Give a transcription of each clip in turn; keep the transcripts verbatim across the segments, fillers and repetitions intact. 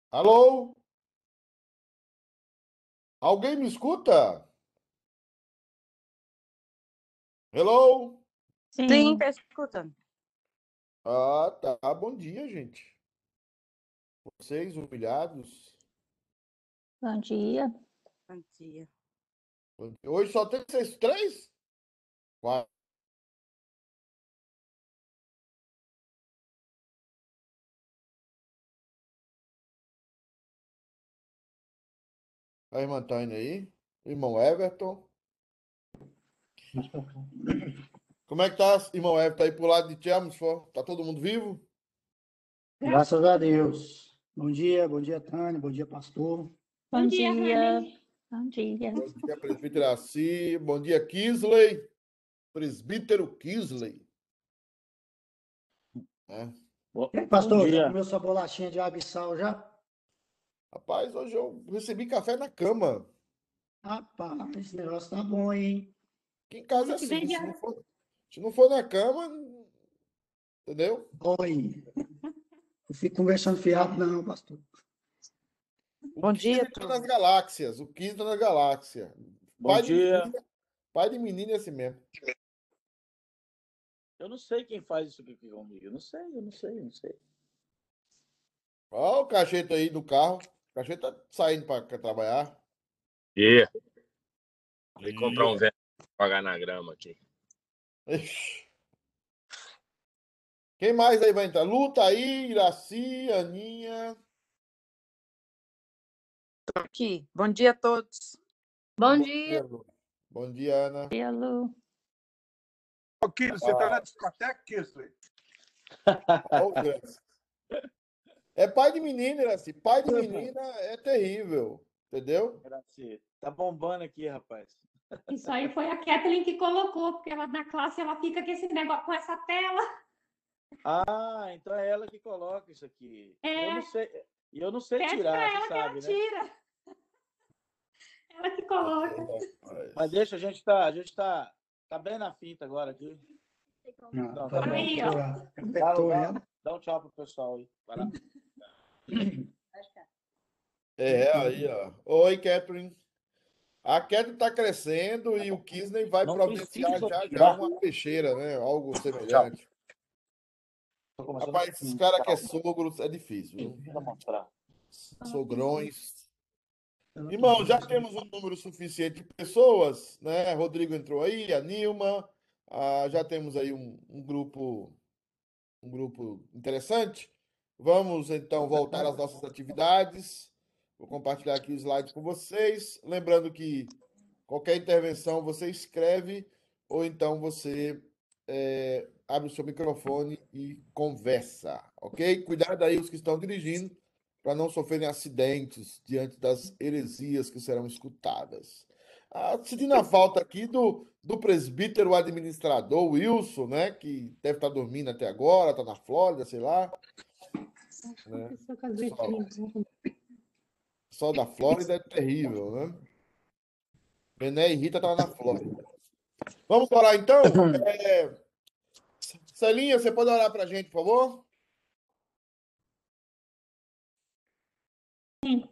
Alô? Alguém me escuta? Hello? Sim, Sim. tá escutando. Ah, tá. Bom dia, gente. Vocês humilhados. Bom dia. Bom dia. Hoje só tem vocês três? Quatro. A irmã Tânia aí. Irmão Everton. Como é que tá, irmão Everton? Tá aí pro lado de Chelmsford? Tá todo mundo vivo? Graças a Deus. Bom dia, bom dia, Tânia, bom dia, pastor. Bom, Bom dia. dia, Rani. Bom dia. Bom dia, presbítero Assi. Bom dia, Kisley. Presbítero Kisley. É. E aí, pastor, Bom já dia. comeu sua bolachinha de água e sal já? Rapaz, hoje eu recebi café na cama. Rapaz, esse negócio tá bom, hein? Aqui em casa é Que vem assim, de se não for, se não for na cama, entendeu? Oi. Eu fico conversando fiado, não, pastor. O Bom quinze dia, tá turma. nas galáxias, o quinze tá na galáxia. Bom Pai de dia. menina, pai de menina é assim mesmo. Eu não sei quem faz isso aqui comigo. Eu não sei, eu não sei, eu não sei. Ó o cacheta aí do carro. O cacheta tá saindo para trabalhar. E Vem comprar um velho pra pagar na grama aqui. Ixi. Quem mais aí vai entrar? Lu tá aí, Iraci, Aninha. Tô aqui. Bom dia a todos. Bom Bom dia. dia, Lu. Bom dia, Ana. Bom dia, Lu. Ô, Kisley, você tá na discoteca, Kisley? Ó o Iraci. É pai de menina, Iraci. Pai de menina é terrível, entendeu? Gracinha. Tá bombando aqui, rapaz. Isso aí foi a Kathleen que colocou, porque ela na classe ela fica com esse negócio, com essa tela. Ah, então é ela que coloca isso aqui. É. Eu não sei. E eu não sei Pede tirar, pra você ela que sabe, ela né? tira. Ela que coloca. Mas deixa, a gente tá, a gente tá, tá bem na fita agora aqui. Não, Não, tá tá bom. Aí, ó. Já Dá, apertou dá, ela. dá um tchau pro pessoal aí. Vai lá. É, aí, ó. Oi, Catherine. A Catherine tá crescendo e o Kisney vai Não providenciar precisa já já tirar. uma peixeira, né? Algo semelhante. Tô começando Rapaz, a- esses caras que é sogro é difícil, viu? Deixa eu mostrar. Sogrões. Irmão, já temos um número suficiente de pessoas, né? Rodrigo entrou aí, a Nilma. Ah, já temos aí um, um grupo, um grupo interessante. Vamos então voltar às nossas atividades. Vou compartilhar aqui o slide com vocês. Lembrando que qualquer intervenção você escreve ou então você é, abre o seu microfone e conversa, ok? Cuidado aí os que estão dirigindo para não sofrerem acidentes diante das heresias que serão escutadas. Ah, sentindo a falta aqui do, do presbítero administrador Wilson, né? Que deve estar dormindo até agora, está na Flórida, sei lá. Né? Só, só da Flórida é terrível, né? Bené e Rita estavam na Flórida. Vamos orar então? É... Celinha, você pode orar para a gente, por favor? Sim.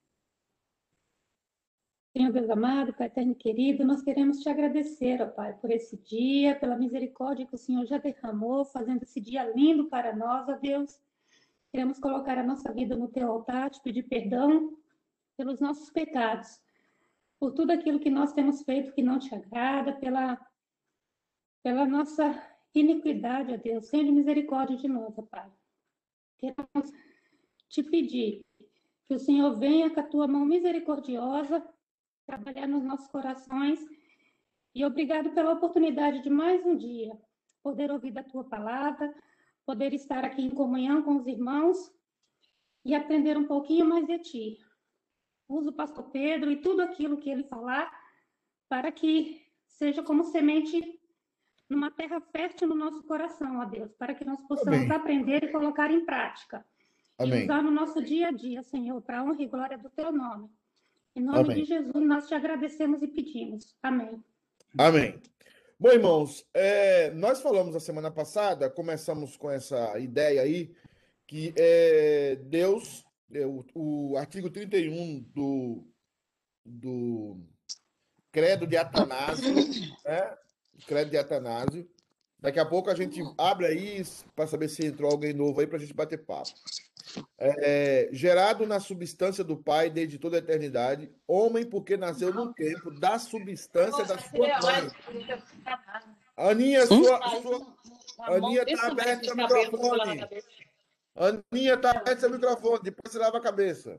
Senhor Deus amado, Pai eterno e querido, nós queremos te agradecer, ó Pai, por esse dia, pela misericórdia que o Senhor já derramou, fazendo esse dia lindo para nós, ó Deus. Queremos colocar a nossa vida no teu altar, te pedir perdão pelos nossos pecados, por tudo aquilo que nós temos feito que não te agrada, pela, pela nossa iniquidade, ó Deus. Tenha misericórdia de nós, ó Pai. Queremos te pedir que o Senhor venha com a tua mão misericordiosa trabalhar nos nossos corações. E obrigado pela oportunidade de mais um dia poder ouvir da tua palavra, poder estar aqui em comunhão com os irmãos e aprender um pouquinho mais de ti. Usa o pastor Pedro e tudo aquilo que ele falar para que seja como semente numa terra fértil no nosso coração, ó Deus, para que nós possamos Amém. aprender e colocar em prática. Amém. E usar no nosso dia a dia, Senhor, para a honra e glória do teu nome. Em nome Amém. de Jesus, nós te agradecemos e pedimos. Amém. Amém. Bom, irmãos, é, nós falamos a semana passada, começamos com essa ideia aí, que é, Deus é, o, o artigo trinta e um do, do Credo de Atanásio, né? Credo de Atanásio. Daqui a pouco a gente abre aí para saber se entrou alguém novo aí para a gente bater papo. É, gerado na substância do Pai desde toda a eternidade, homem porque nasceu no tempo da substância da sua mãe. Aninha, sua, sua, Aninha está aberto seu microfone. Aninha está aberto seu microfone, depois você lava a cabeça.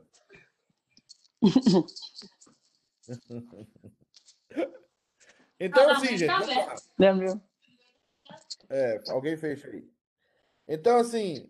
Então, assim, gente, vamos lá. Lembro. É, alguém fecha aí. Então, assim,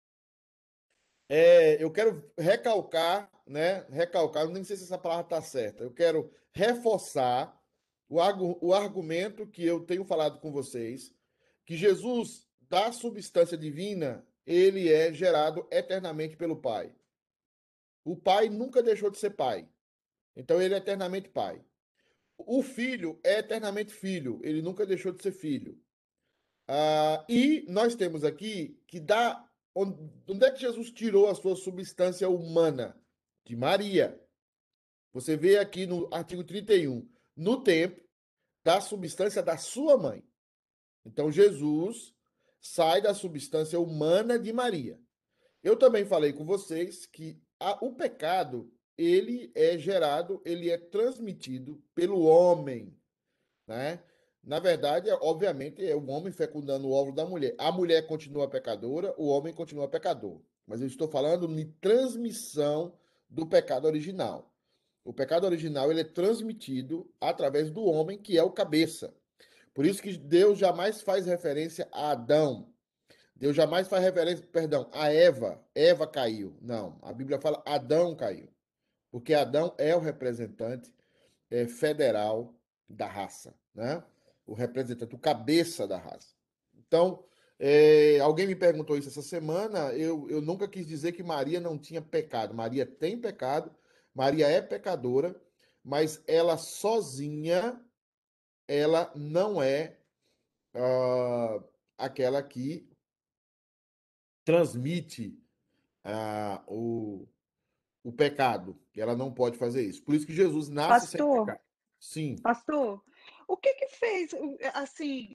é, eu quero recalcar, né? Recalcar, nem sei se essa palavra está certa. Eu quero reforçar o, argu, o argumento que eu tenho falado com vocês, que Jesus, da substância divina, ele é gerado eternamente pelo Pai. O Pai nunca deixou de ser Pai. Então, ele é eternamente Pai. O Filho é eternamente Filho. Ele nunca deixou de ser Filho. Ah, e nós temos aqui que dá. Onde é que Jesus tirou a sua substância humana? De Maria. Você vê aqui no artigo trinta e um, no tempo da substância da sua mãe. Então, Jesus sai da substância humana de Maria. Eu também falei com vocês que a, o pecado, ele é gerado, ele é transmitido pelo homem, né? Na verdade, é, obviamente, é o homem fecundando o óvulo da mulher. A mulher continua pecadora, o homem continua pecador. Mas eu estou falando de transmissão do pecado original. O pecado original ele é transmitido através do homem, que é o cabeça. Por isso que Deus jamais faz referência a Adão. Deus jamais faz referência, perdão, a Eva. Eva caiu. Não, a Bíblia fala Adão caiu. Porque Adão é o representante é, federal da raça, né? O representante, o cabeça da raça. Então, é, alguém me perguntou isso essa semana, eu, eu nunca quis dizer que Maria não tinha pecado. Maria tem pecado, Maria é pecadora, mas ela sozinha, ela não é uh, aquela que transmite uh, o, o pecado. Ela não pode fazer isso. Por isso que Jesus nasce sem Pastor, pecado. Sim. pastor, o que que fez, assim,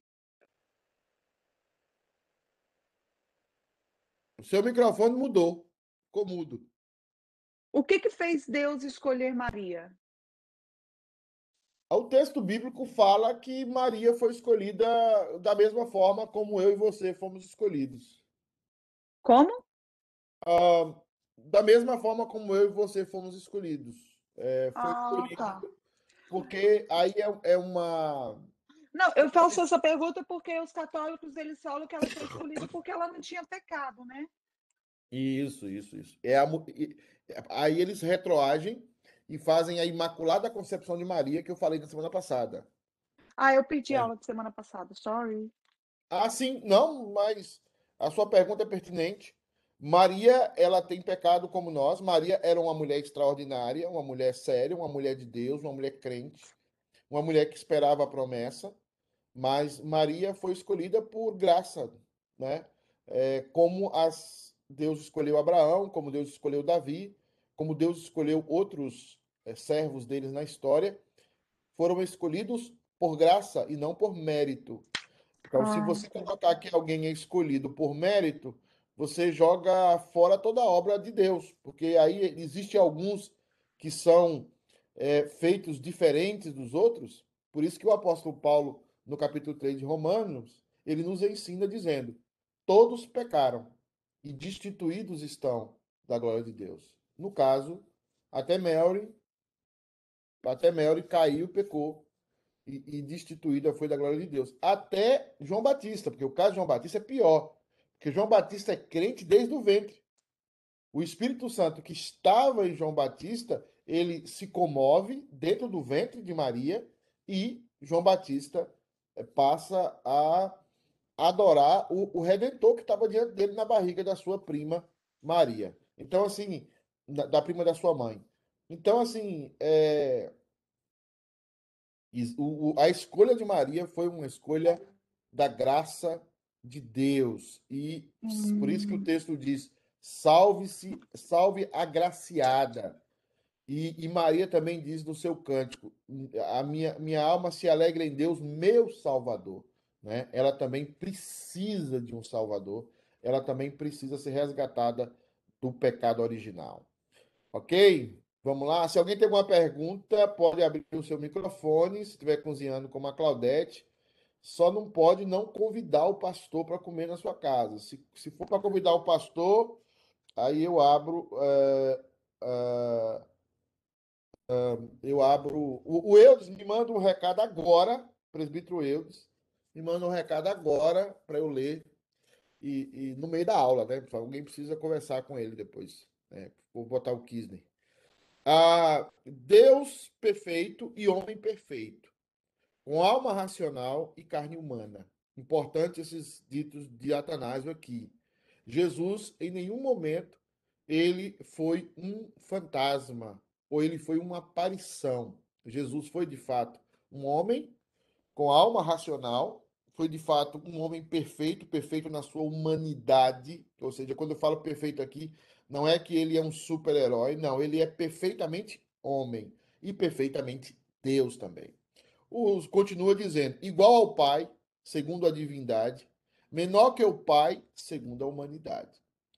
O seu microfone mudou. Ficou mudo. o que que fez Deus escolher Maria? O texto bíblico fala que Maria foi escolhida da mesma forma como eu e você fomos escolhidos. Como? Ah, da mesma forma como eu e você fomos escolhidos. É, foi Ah, escolhido tá. porque aí é, é uma... Não, eu faço essa pergunta porque os católicos, eles falam que ela foi escolhida porque ela não tinha pecado, né? Isso, isso, isso. É a, mu- e- aí eles retroagem e fazem a Imaculada Concepção de Maria, que eu falei na semana passada. Ah, eu pedi É. aula de semana passada, sorry. Ah, sim, não, mas a sua pergunta é pertinente. Maria, ela tem pecado como nós. Maria era uma mulher extraordinária, uma mulher séria, uma mulher de Deus, uma mulher crente, uma mulher que esperava a promessa, mas Maria foi escolhida por graça, né? É, como as, Deus escolheu Abraão, como Deus escolheu Davi, como Deus escolheu outros é, servos deles na história, foram escolhidos por graça e não por mérito. Então, se Ah, você colocar que alguém é escolhido por mérito, você joga fora toda a obra de Deus, porque aí existe alguns que são é, feitos diferentes dos outros. Por isso que o apóstolo Paulo, no capítulo três de Romanos, ele nos ensina dizendo: todos pecaram e destituídos estão da glória de Deus. No caso, até Mary, até Mary caiu, pecou e, e destituída foi da glória de Deus. Até João Batista, porque o caso de João Batista é pior. Porque João Batista é crente desde o ventre. O Espírito Santo que estava em João Batista, ele se comove dentro do ventre de Maria e João Batista eh, passa a adorar o, o Redentor que estava diante dele na barriga da sua prima Maria. Então, assim, da, da prima da sua mãe. Então, assim, é, e o- o- a escolha de Maria foi uma escolha da graça de Deus. E por isso que o hum, texto diz: Salve-se, salve a graciada. E, e Maria também diz no seu cântico: a minha, minha alma se alegra em Deus, meu Salvador. Né? Ela também precisa de um Salvador, ela também precisa ser resgatada do pecado original. Ok? Vamos lá. Se alguém tem alguma pergunta, pode abrir o seu microfone, se estiver cozinhando como a Claudete. Só não pode não convidar o pastor para comer na sua casa. Se, se for para convidar o pastor, aí eu abro. É, é, eu abro. O, o Eudes me manda um recado agora, presbítero Eudes, me manda um recado agora para eu ler e, e no meio da aula, né? Alguém precisa conversar com ele depois. Né? Vou botar o Kisney. Ah, Deus perfeito e homem perfeito, com alma racional e carne humana. Importante esses ditos de Atanásio aqui. Jesus, em nenhum momento, ele foi um fantasma, ou ele foi uma aparição. Jesus foi, de fato, um homem com alma racional, foi, de fato, um homem perfeito, perfeito na sua humanidade. Ou seja, quando eu falo perfeito aqui, não é que ele é um super-herói, não, ele é perfeitamente homem e perfeitamente Deus também. Os, continua dizendo, igual ao Pai, segundo a divindade, menor que o Pai, segundo a humanidade.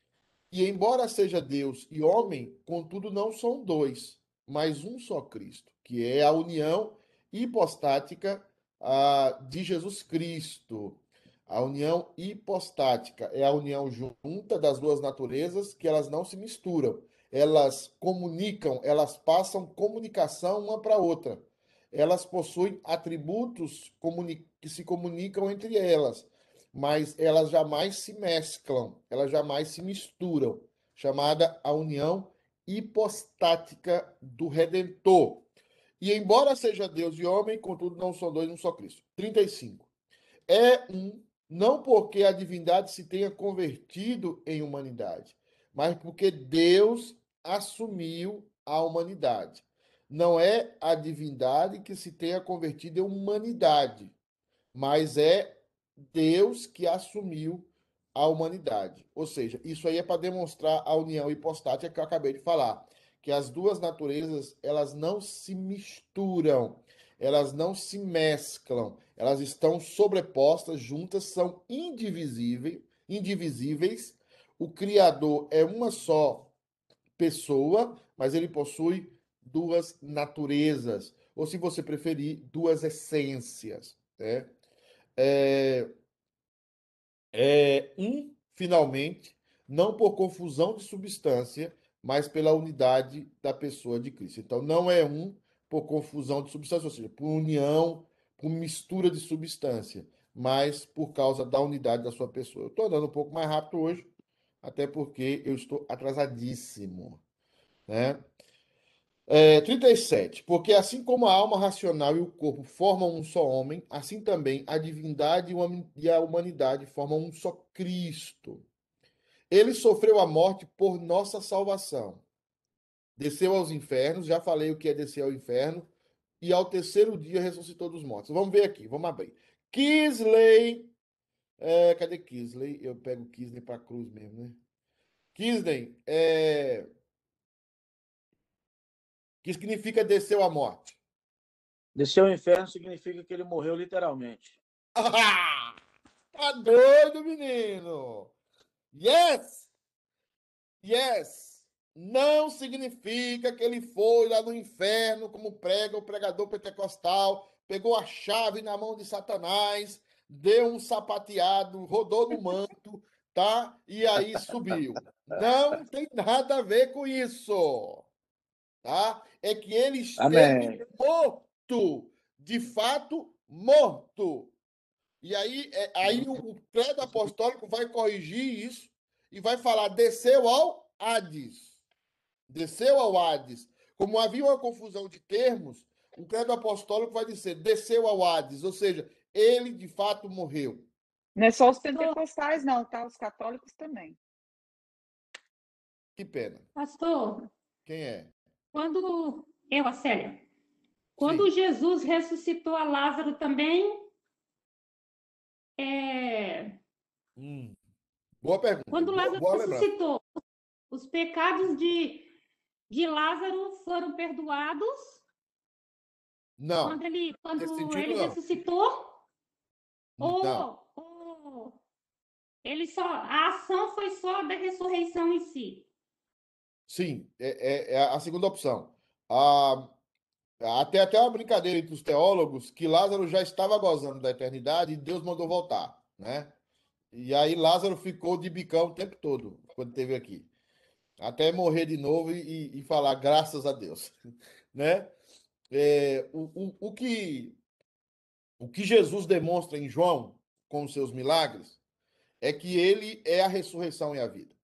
E embora seja Deus e homem, contudo não são dois, mas um só Cristo, que é a união hipostática ah, de Jesus Cristo. A união hipostática é a união junta das duas naturezas, que elas não se misturam. Elas comunicam, elas passam comunicação uma para a outra. Elas possuem atributos que se comunicam entre elas, mas elas jamais se mesclam, elas jamais se misturam, chamada a união hipostática do Redentor. E embora seja Deus e homem, contudo não são dois, um só Cristo. trinta e cinco. É um, não porque a divindade se tenha convertido em humanidade, mas porque Deus assumiu a humanidade. Não é a divindade que se tenha convertido em humanidade, mas é Deus que assumiu a humanidade. Ou seja, isso aí é para demonstrar a união hipostática que eu acabei de falar, que as duas naturezas, elas não se misturam, elas não se mesclam, elas estão sobrepostas, juntas, são indivisíveis, indivisíveis. O Criador é uma só pessoa, mas ele possui duas naturezas, ou se você preferir, duas essências, né? É, é um, finalmente, não por confusão de substância, mas pela unidade da pessoa de Cristo. Então, não é um por confusão de substância, ou seja, por união, por mistura de substância, mas por causa da unidade da sua pessoa. Eu estou andando um pouco mais rápido hoje, até porque eu estou atrasadíssimo, né? É, trinta e sete. Porque assim como a alma racional e o corpo formam um só homem, assim também a divindade e a humanidade formam um só Cristo. Ele sofreu a morte por nossa salvação. Desceu aos infernos, já falei o que é descer ao inferno, e ao terceiro dia ressuscitou dos mortos. Vamos ver aqui, vamos abrir. Kisley, é, cadê Kisley? Eu pego Kisley para a cruz mesmo, né? Kisley, é... que significa desceu à morte? Desceu ao inferno significa que ele morreu literalmente. Ah, tá doido, menino? Yes! Yes! Não significa que ele foi lá no inferno, como prega o pregador pentecostal, pegou a chave na mão de Satanás, deu um sapateado, rodou no manto, tá? E aí subiu. Não tem nada a ver com isso. Tá? É que ele esteve Amém. morto, de fato morto. E aí, é, aí o, o credo apostólico vai corrigir isso e vai falar, desceu ao Hades. Desceu ao Hades. Como havia uma confusão de termos, o credo apostólico vai dizer, desceu ao Hades, ou seja, ele de fato morreu. Não é só os pentecostais, não, tá? Os católicos também. Que pena. Pastor, Quem é? quando eu, a Célia, quando Sim. Jesus ressuscitou a Lázaro também, é... Hum. Boa pergunta. quando Boa, Lázaro boa lembrança. ressuscitou, os pecados de, de Lázaro foram perdoados Não, quando ele, nesse quando sentido, ele não. ressuscitou? Não. Ou, ou ele só, a ação foi só da ressurreição em si? Sim, é, é- é a segunda opção. Ah, até até uma brincadeira entre os teólogos que Lázaro já estava gozando da eternidade e Deus mandou voltar, né? E aí Lázaro ficou de bicão o tempo todo quando esteve aqui, até morrer de novo e, e falar graças a Deus, né? É, o, o, o que o que Jesus demonstra em João com os seus milagres é que ele é a ressurreição e a vida.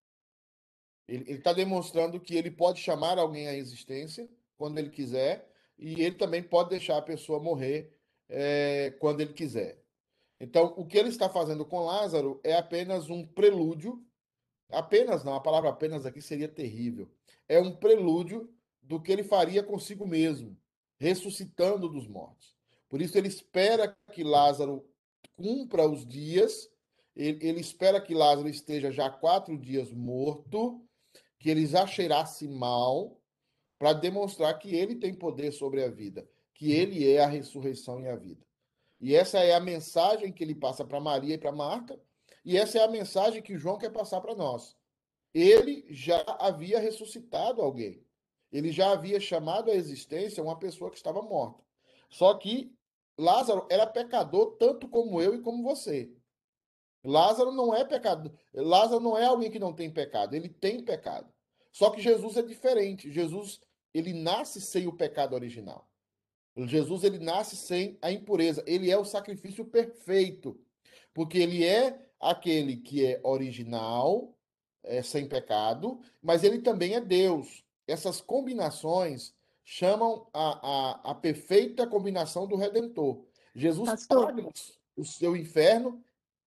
Ele está demonstrando que ele pode chamar alguém à existência quando ele quiser, e ele também pode deixar a pessoa morrer é, quando ele quiser. Então, o que ele está fazendo com Lázaro é apenas um prelúdio. Apenas não, a palavra apenas aqui seria terrível. É um prelúdio do que ele faria consigo mesmo, ressuscitando dos mortos. Por isso, ele espera que Lázaro cumpra os dias, ele, ele espera que Lázaro esteja já quatro dias morto, que ele já cheirasse mal, para demonstrar que ele tem poder sobre a vida, que ele é a ressurreição e a vida. E essa é a mensagem que ele passa para Maria e para Marta, e essa é a mensagem que João quer passar para nós. Ele já havia ressuscitado alguém. Ele já havia chamado à existência uma pessoa que estava morta. Só que Lázaro era pecador tanto como eu e como você. Lázaro não é pecador. Lázaro não é alguém que não tem pecado. Ele tem pecado. Só que Jesus é diferente. Jesus, ele nasce sem o pecado original. Jesus, ele nasce sem a impureza. Ele é o sacrifício perfeito. Porque ele é aquele que é original, é, sem pecado, mas ele também é Deus. Essas combinações chamam a, a, a perfeita combinação do Redentor. Jesus Pastor. paga o seu inferno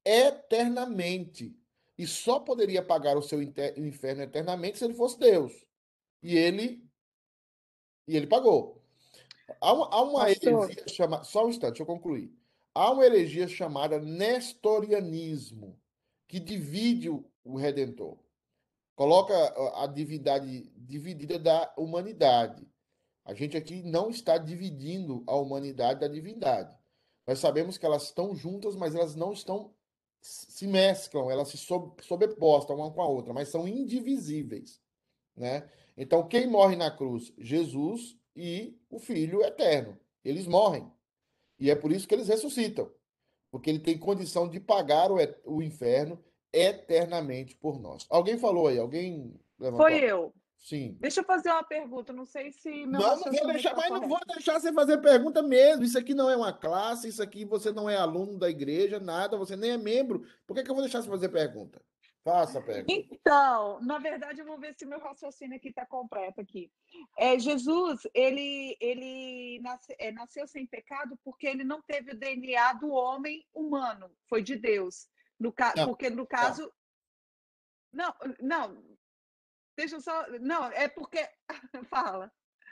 eternamente. E só poderia pagar o seu inferno eternamente se ele fosse Deus. E ele, e ele pagou. Há uma, há uma Pastor. heresia chamada. Só um instante, deixa eu concluir. Há uma heresia chamada nestorianismo, que divide o, o Redentor. Coloca a, a divindade dividida da humanidade. A gente aqui não está dividindo a humanidade da divindade. Nós sabemos que elas estão juntas, mas elas não estão se mesclam, elas se sobrepostam uma com a outra, mas são indivisíveis, né? Então, quem morre na cruz? Jesus e o Filho eterno. Eles morrem. E é por isso que eles ressuscitam, porque ele tem condição de pagar o, o inferno eternamente por nós. Alguém falou aí? Alguém levantou? Foi eu. Sim. Deixa eu fazer uma pergunta, não sei se meu Não, não vou raciocínio deixar, está mas não vou correto. deixar você fazer pergunta mesmo. Isso aqui não é uma classe, isso aqui você não é aluno da igreja, nada, você nem é membro. Por que, que eu vou deixar você fazer pergunta? Faça a pergunta. Então, na verdade, eu vou ver se meu raciocínio aqui está completo aqui. É, Jesus, ele, ele nasce, é, nasceu sem pecado porque ele não teve o D N A do homem humano, foi de Deus. No ca... Não, Porque no caso... Não, não, deixa eu só... Não, é porque... Fala.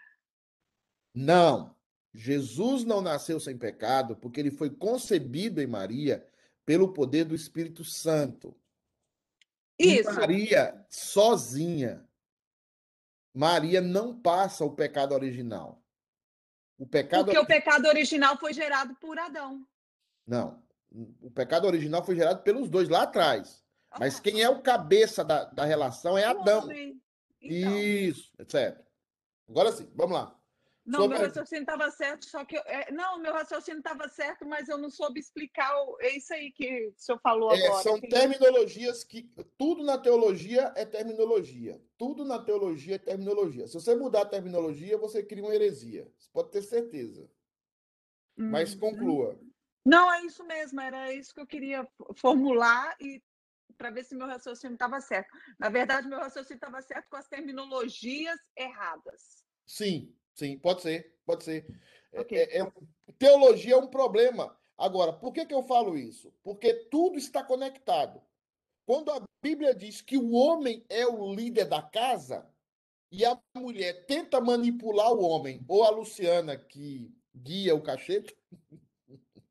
Não. Jesus não nasceu sem pecado porque ele foi concebido em Maria pelo poder do Espírito Santo. E Isso. Maria, sozinha, Maria não passa o pecado original. O pecado Porque o pecado original foi gerado por Adão. Não. O pecado original foi gerado pelos dois lá atrás. Mas quem é o cabeça da, da relação é Adão. Então. Isso, etcétera. Agora sim, vamos lá. Não, Sua meu pergunta. raciocínio estava certo, só que... Eu, é, não, meu raciocínio estava certo, mas eu não soube explicar. O, é isso aí que o senhor falou É, agora. são que... terminologias que... Tudo na teologia é terminologia. Tudo na teologia é terminologia. Se você mudar a terminologia, você cria uma heresia. Você pode ter certeza. Hum, Mas conclua. Não, é isso mesmo. Era isso que eu queria formular e para ver se meu raciocínio estava certo. Na verdade, meu raciocínio estava certo com as terminologias erradas. Sim, sim, pode ser, pode ser. Okay. É, é, teologia é um problema. Agora, por que, que eu falo isso? Porque tudo está conectado. Quando a Bíblia diz que o homem é o líder da casa e a mulher tenta manipular o homem, ou a Luciana que guia o cachete,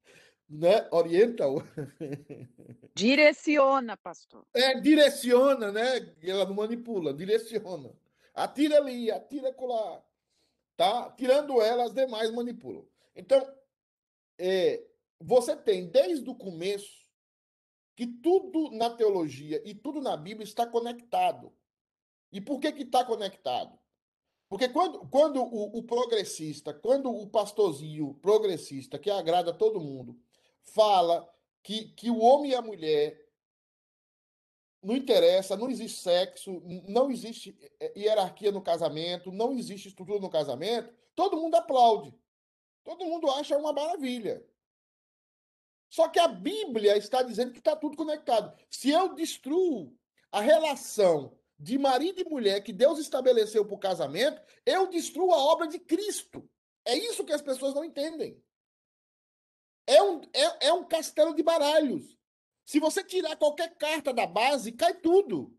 né? Orienta-o. Direciona, pastor. É, direciona, né? Ela não manipula, direciona. Atira ali, atira acolá. Tá? Tirando ela, as demais manipulam. Então, é, você tem desde o começo que tudo na teologia e tudo na Bíblia está conectado. E por que que está conectado? Porque quando, quando o, o progressista, quando o pastorzinho progressista, que agrada todo mundo, fala que, que o homem e a mulher não interessa, não existe sexo, não existe hierarquia no casamento, não existe estrutura no casamento, todo mundo aplaude. Todo mundo acha uma maravilha. Só que a Bíblia está dizendo que está tudo conectado. Se eu destruo a relação de marido e mulher que Deus estabeleceu para o casamento, eu destruo a obra de Cristo. É isso que as pessoas não entendem. É um, é, é um castelo de baralhos. Se você tirar qualquer carta da base, cai tudo.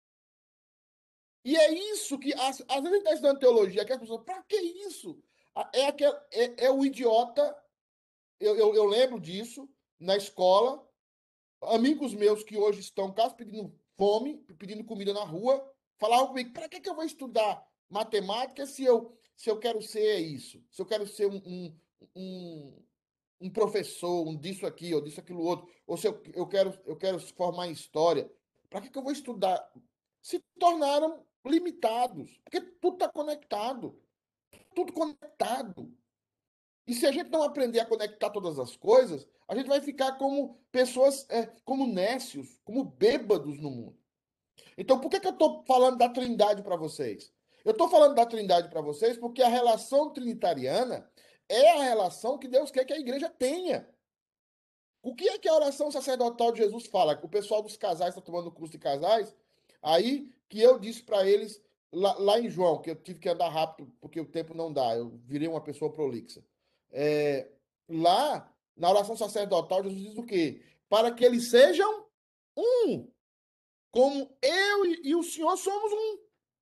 E é isso que, às, às vezes, a gente está estudando teologia, que as pessoas, para que isso? É, aquel, é, é o idiota, eu, eu, eu lembro disso, na escola, amigos meus que hoje estão quase pedindo fome, pedindo comida na rua, falavam comigo, para que, que eu vou estudar matemática se eu, se eu quero ser isso? Se eu quero ser um, um, um, um professor, um disso aqui, ou disso aquilo outro, ou se eu, eu, quero, eu quero se formar em história, para que, que eu vou estudar? Se tornaram limitados, porque tudo está conectado. Tudo conectado. E se a gente não aprender a conectar todas as coisas, a gente vai ficar como pessoas, é, como nécios, como bêbados no mundo. Então, por que, que eu estou falando da Trindade para vocês? Eu estou falando da Trindade para vocês porque a relação trinitariana é a relação que Deus quer que a igreja tenha. O que é que a oração sacerdotal de Jesus fala? O pessoal dos casais está tomando curso de casais, aí que eu disse para eles, lá, lá em João, que eu tive que andar rápido porque o tempo não dá, eu virei uma pessoa prolixa. É, lá, na oração sacerdotal, Jesus diz o quê? Para que eles sejam um, como eu e, e o Senhor somos um.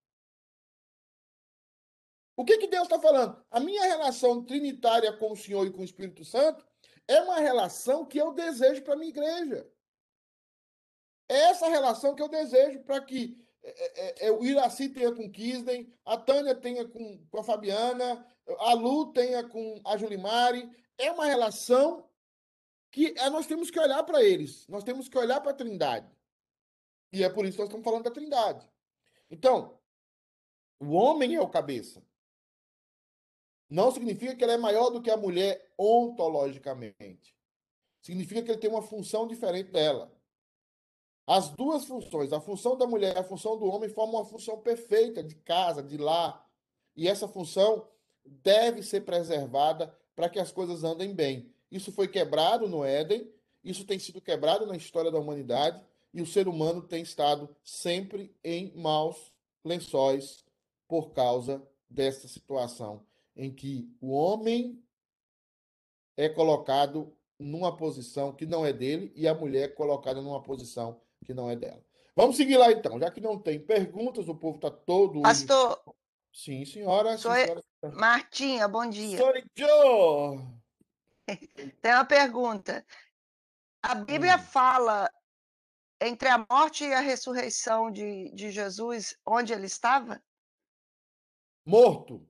O que, que Deus está falando? A minha relação trinitária com o Senhor e com o Espírito Santo é uma relação que eu desejo para a minha igreja. É essa relação que eu desejo para que é, é, é, o Iraci tenha com Kisden, a Tânia tenha com, com a Fabiana, a Lu tenha com a Julimari. É uma relação que é, nós temos que olhar para eles. Nós temos que olhar para a Trindade. E é por isso que nós estamos falando da Trindade. Então, o homem é o cabeça. Não significa que ele é maior do que a mulher ontologicamente. Significa que ele tem uma função diferente dela. As duas funções, a função da mulher e a função do homem, formam uma função perfeita de casa, de lar. E essa função deve ser preservada para que as coisas andem bem. Isso foi quebrado no Éden, isso tem sido quebrado na história da humanidade, e o ser humano tem estado sempre em maus lençóis por causa dessa situação em que o homem é colocado numa posição que não é dele e a mulher é colocada numa posição que não é dela. Vamos seguir lá, então. Já que não tem perguntas, o povo está todo hoje... Pastor, Sim, senhora. sou Sim, eu- senhora. Martinha, bom dia. Sorry, Joe. Tem uma pergunta. A Bíblia Hum. fala entre a morte e a ressurreição de, de Jesus, onde ele estava? Morto.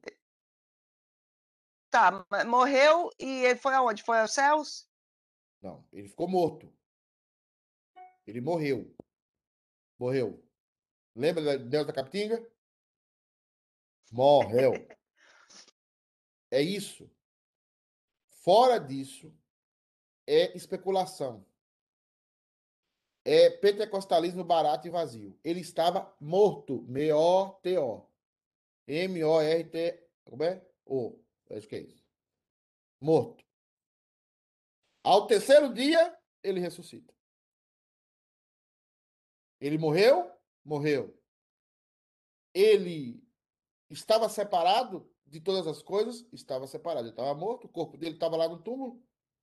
Tá, mas morreu e ele foi aonde? Foi aos céus? Não, ele ficou morto. Ele morreu. Morreu. Lembra da Deus da Capitinga? Morreu. É isso. Fora disso, é especulação. É pentecostalismo barato e vazio. Ele estava morto. M O T O. M O R T. Como é? O. Acho que é isso. Morto. Ao terceiro dia, ele ressuscita. Ele morreu? Morreu. Ele estava separado de todas as coisas? Estava separado. Ele estava morto, o corpo dele estava lá no túmulo.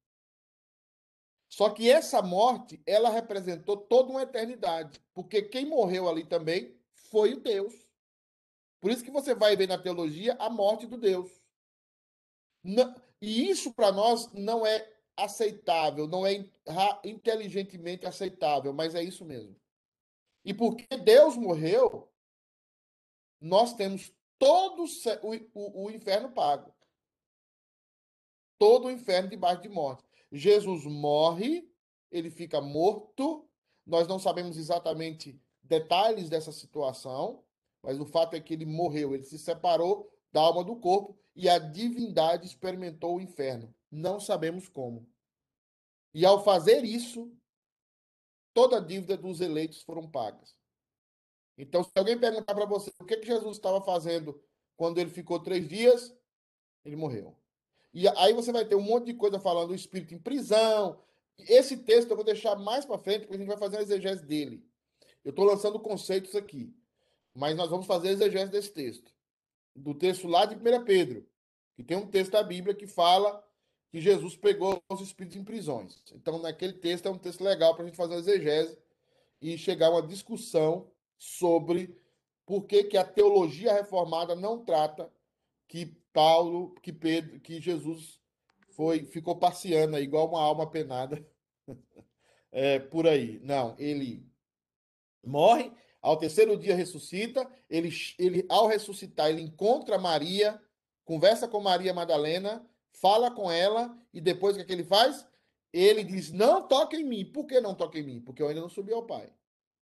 Só que essa morte, ela representou toda uma eternidade. Porque quem morreu ali também foi o Deus. Por isso que você vai ver na teologia a morte do Deus. Não, e isso para nós não é aceitável, não é inteligentemente aceitável, mas é isso mesmo. E porque Deus morreu, nós temos todo o, o, o inferno pago. Todo o inferno debaixo de morte. Jesus morre, ele fica morto, nós não sabemos exatamente detalhes dessa situação, mas o fato é que ele morreu, ele se separou da alma do corpo e a divindade experimentou o inferno. Não sabemos como. E ao fazer isso, toda a dívida dos eleitos foram pagas. Então, se alguém perguntar para você o que, que Jesus estava fazendo quando ele ficou três dias, ele morreu. E aí você vai ter um monte de coisa falando do espírito em prisão. Esse texto eu vou deixar mais para frente, porque a gente vai fazer a exegese dele. Eu estou lançando conceitos aqui, mas nós vamos fazer a exegese desse texto. Do texto lá de primeira Pedro, que tem um texto da Bíblia que fala que Jesus pegou os espíritos em prisões. Então, naquele texto é um texto legal para a gente fazer uma exegese e chegar a uma discussão sobre por que, que a teologia reformada não trata que Paulo, que Pedro, que Jesus foi, ficou passeando aí, igual uma alma penada é, por aí. Não, ele morre, ao terceiro dia ressuscita, ele, ele ao ressuscitar, ele encontra Maria, conversa com Maria Madalena, fala com ela, e depois o que, é que ele faz? Ele diz, não toque em mim. Por que não toque em mim? Porque eu ainda não subi ao Pai.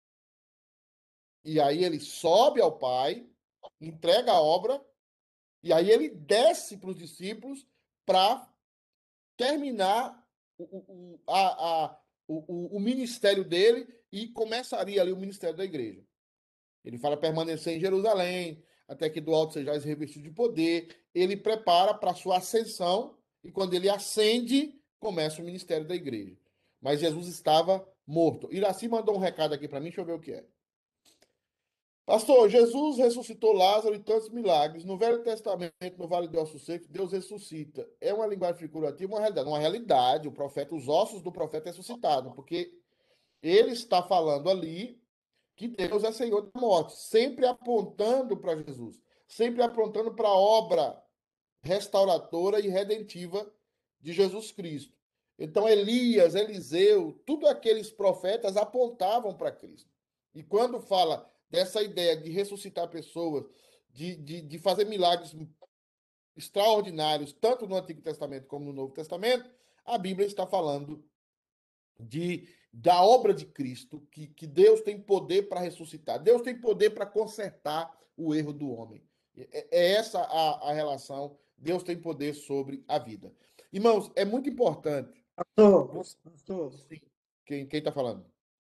E aí ele sobe ao Pai, entrega a obra, e aí ele desce para os discípulos para terminar o, o, a, a, o, o ministério dele e começaria ali o ministério da igreja. Ele fala permanecer em Jerusalém, até que do alto sejais revestido de poder. Ele prepara para a sua ascensão e quando ele ascende, começa o ministério da igreja. Mas Jesus estava morto. Iraci mandou um recado aqui para mim, deixa eu ver o que é. Pastor, Jesus ressuscitou Lázaro e tantos milagres. No Velho Testamento, no Vale do Ossos Secos, Deus ressuscita. É uma linguagem figurativa, uma realidade. Uma realidade, o profeta, os ossos do profeta ressuscitaram, porque ele está falando ali que Deus é Senhor da morte, sempre apontando para Jesus, sempre apontando para a obra restauradora e redentiva de Jesus Cristo. Então, Elias, Eliseu, tudo aqueles profetas apontavam para Cristo. E quando fala dessa ideia de ressuscitar pessoas, de, de, de fazer milagres extraordinários, tanto no Antigo Testamento como no Novo Testamento, a Bíblia está falando de, da obra de Cristo, que, que Deus tem poder para ressuscitar, Deus tem poder para consertar o erro do homem. É, é essa a, a relação, Deus tem poder sobre a vida. Irmãos, é muito importante. Pastor, pastor. Quem está falando?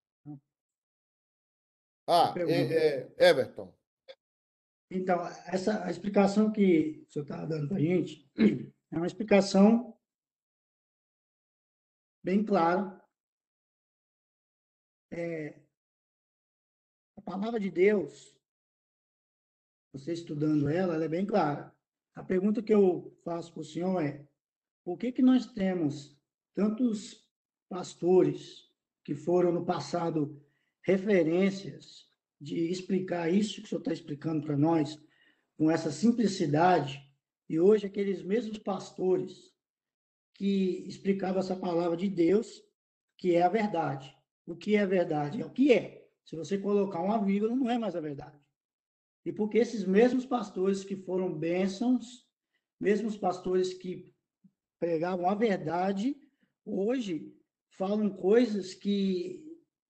Ah, é, é, Everton. Então, essa a explicação que o senhor está dando para a gente é uma explicação bem clara. É, a palavra de Deus, você estudando ela, ela é bem clara. A pergunta que eu faço para o senhor é: por que que nós temos tantos pastores que foram no passado referências de explicar isso que o senhor está explicando para nós, com essa simplicidade, e hoje aqueles mesmos pastores que explicavam essa palavra de Deus, que é a verdade. O que é a verdade? É o que é. Se você colocar uma vírgula, não é mais a verdade. E porque esses mesmos pastores que foram bênçãos, mesmos pastores que pregavam a verdade, hoje falam coisas que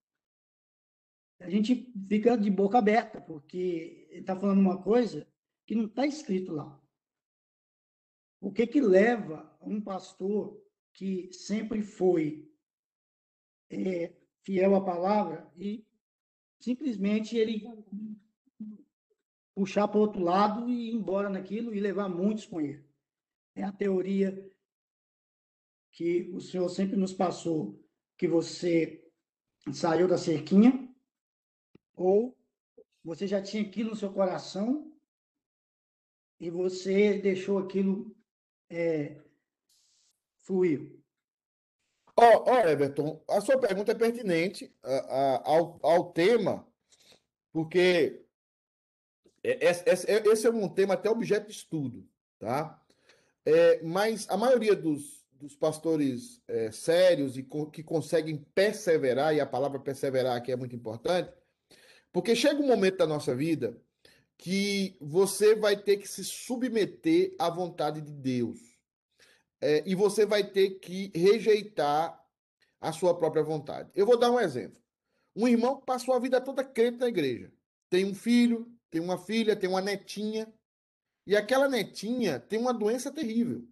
a gente fica de boca aberta, porque ele está falando uma coisa que não está escrito lá. O que que leva um pastor que sempre foi é, fiel à palavra e simplesmente ele puxar para o outro lado e ir embora naquilo e levar muitos com ele? É a teoria que o senhor sempre nos passou, que você saiu da cerquinha, ou você já tinha aquilo no seu coração e você deixou aquilo é, fluir. Ó, oh, oh, Everton, a sua pergunta é pertinente a, a, ao, ao tema, porque esse, esse é um tema até objeto de estudo, tá? É, mas a maioria dos, dos pastores é, sérios e co que conseguem perseverar, e a palavra perseverar aqui é muito importante, porque chega um momento da nossa vida que você vai ter que se submeter à vontade de Deus. É, e você vai ter que rejeitar a sua própria vontade. Eu vou dar um exemplo. Um irmão que passou a vida toda crente na igreja. Tem um filho, tem uma filha, tem uma netinha. E aquela netinha tem uma doença terrível.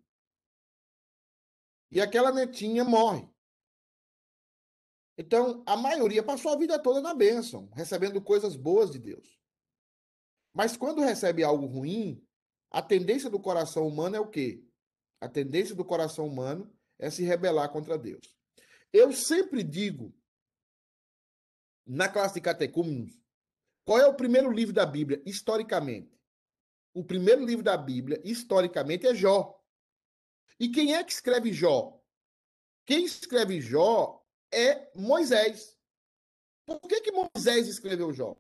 E aquela netinha morre. Então, a maioria passou a vida toda na bênção, recebendo coisas boas de Deus. Mas quando recebe algo ruim, a tendência do coração humano é o quê? A tendência do coração humano é se rebelar contra Deus. Eu sempre digo, na classe de catecúmenos, qual é o primeiro livro da Bíblia, historicamente? O primeiro livro da Bíblia, historicamente, é Jó. E quem é que escreve Jó? Quem escreve Jó é Moisés. Por que que Moisés escreveu Jó?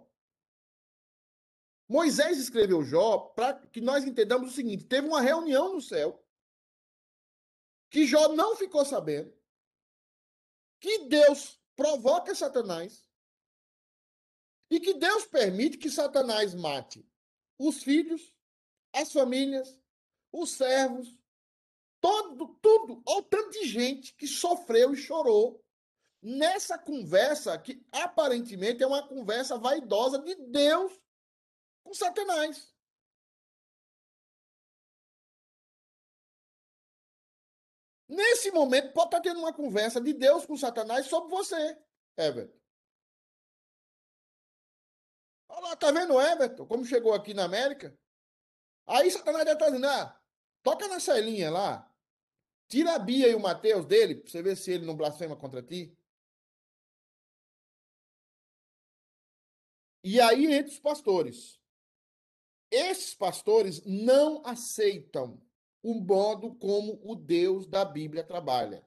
Moisés escreveu Jó para que nós entendamos o seguinte: teve uma reunião no céu que Jó não ficou sabendo, que Deus provoca Satanás e que Deus permite que Satanás mate os filhos, as famílias, os servos, todo, tudo, olha o tanto de gente que sofreu e chorou nessa conversa que aparentemente é uma conversa vaidosa de Deus com Satanás. Nesse momento, pode estar tendo uma conversa de Deus com Satanás sobre você, Everton. Olha lá, tá vendo o Everton, como chegou aqui na América? Aí Satanás já está dizendo, ah, toca na celinha lá, tira a Bia e o Mateus dele, para você ver se ele não blasfema contra ti. E aí entre os pastores. Esses pastores não aceitam o modo como o Deus da Bíblia trabalha.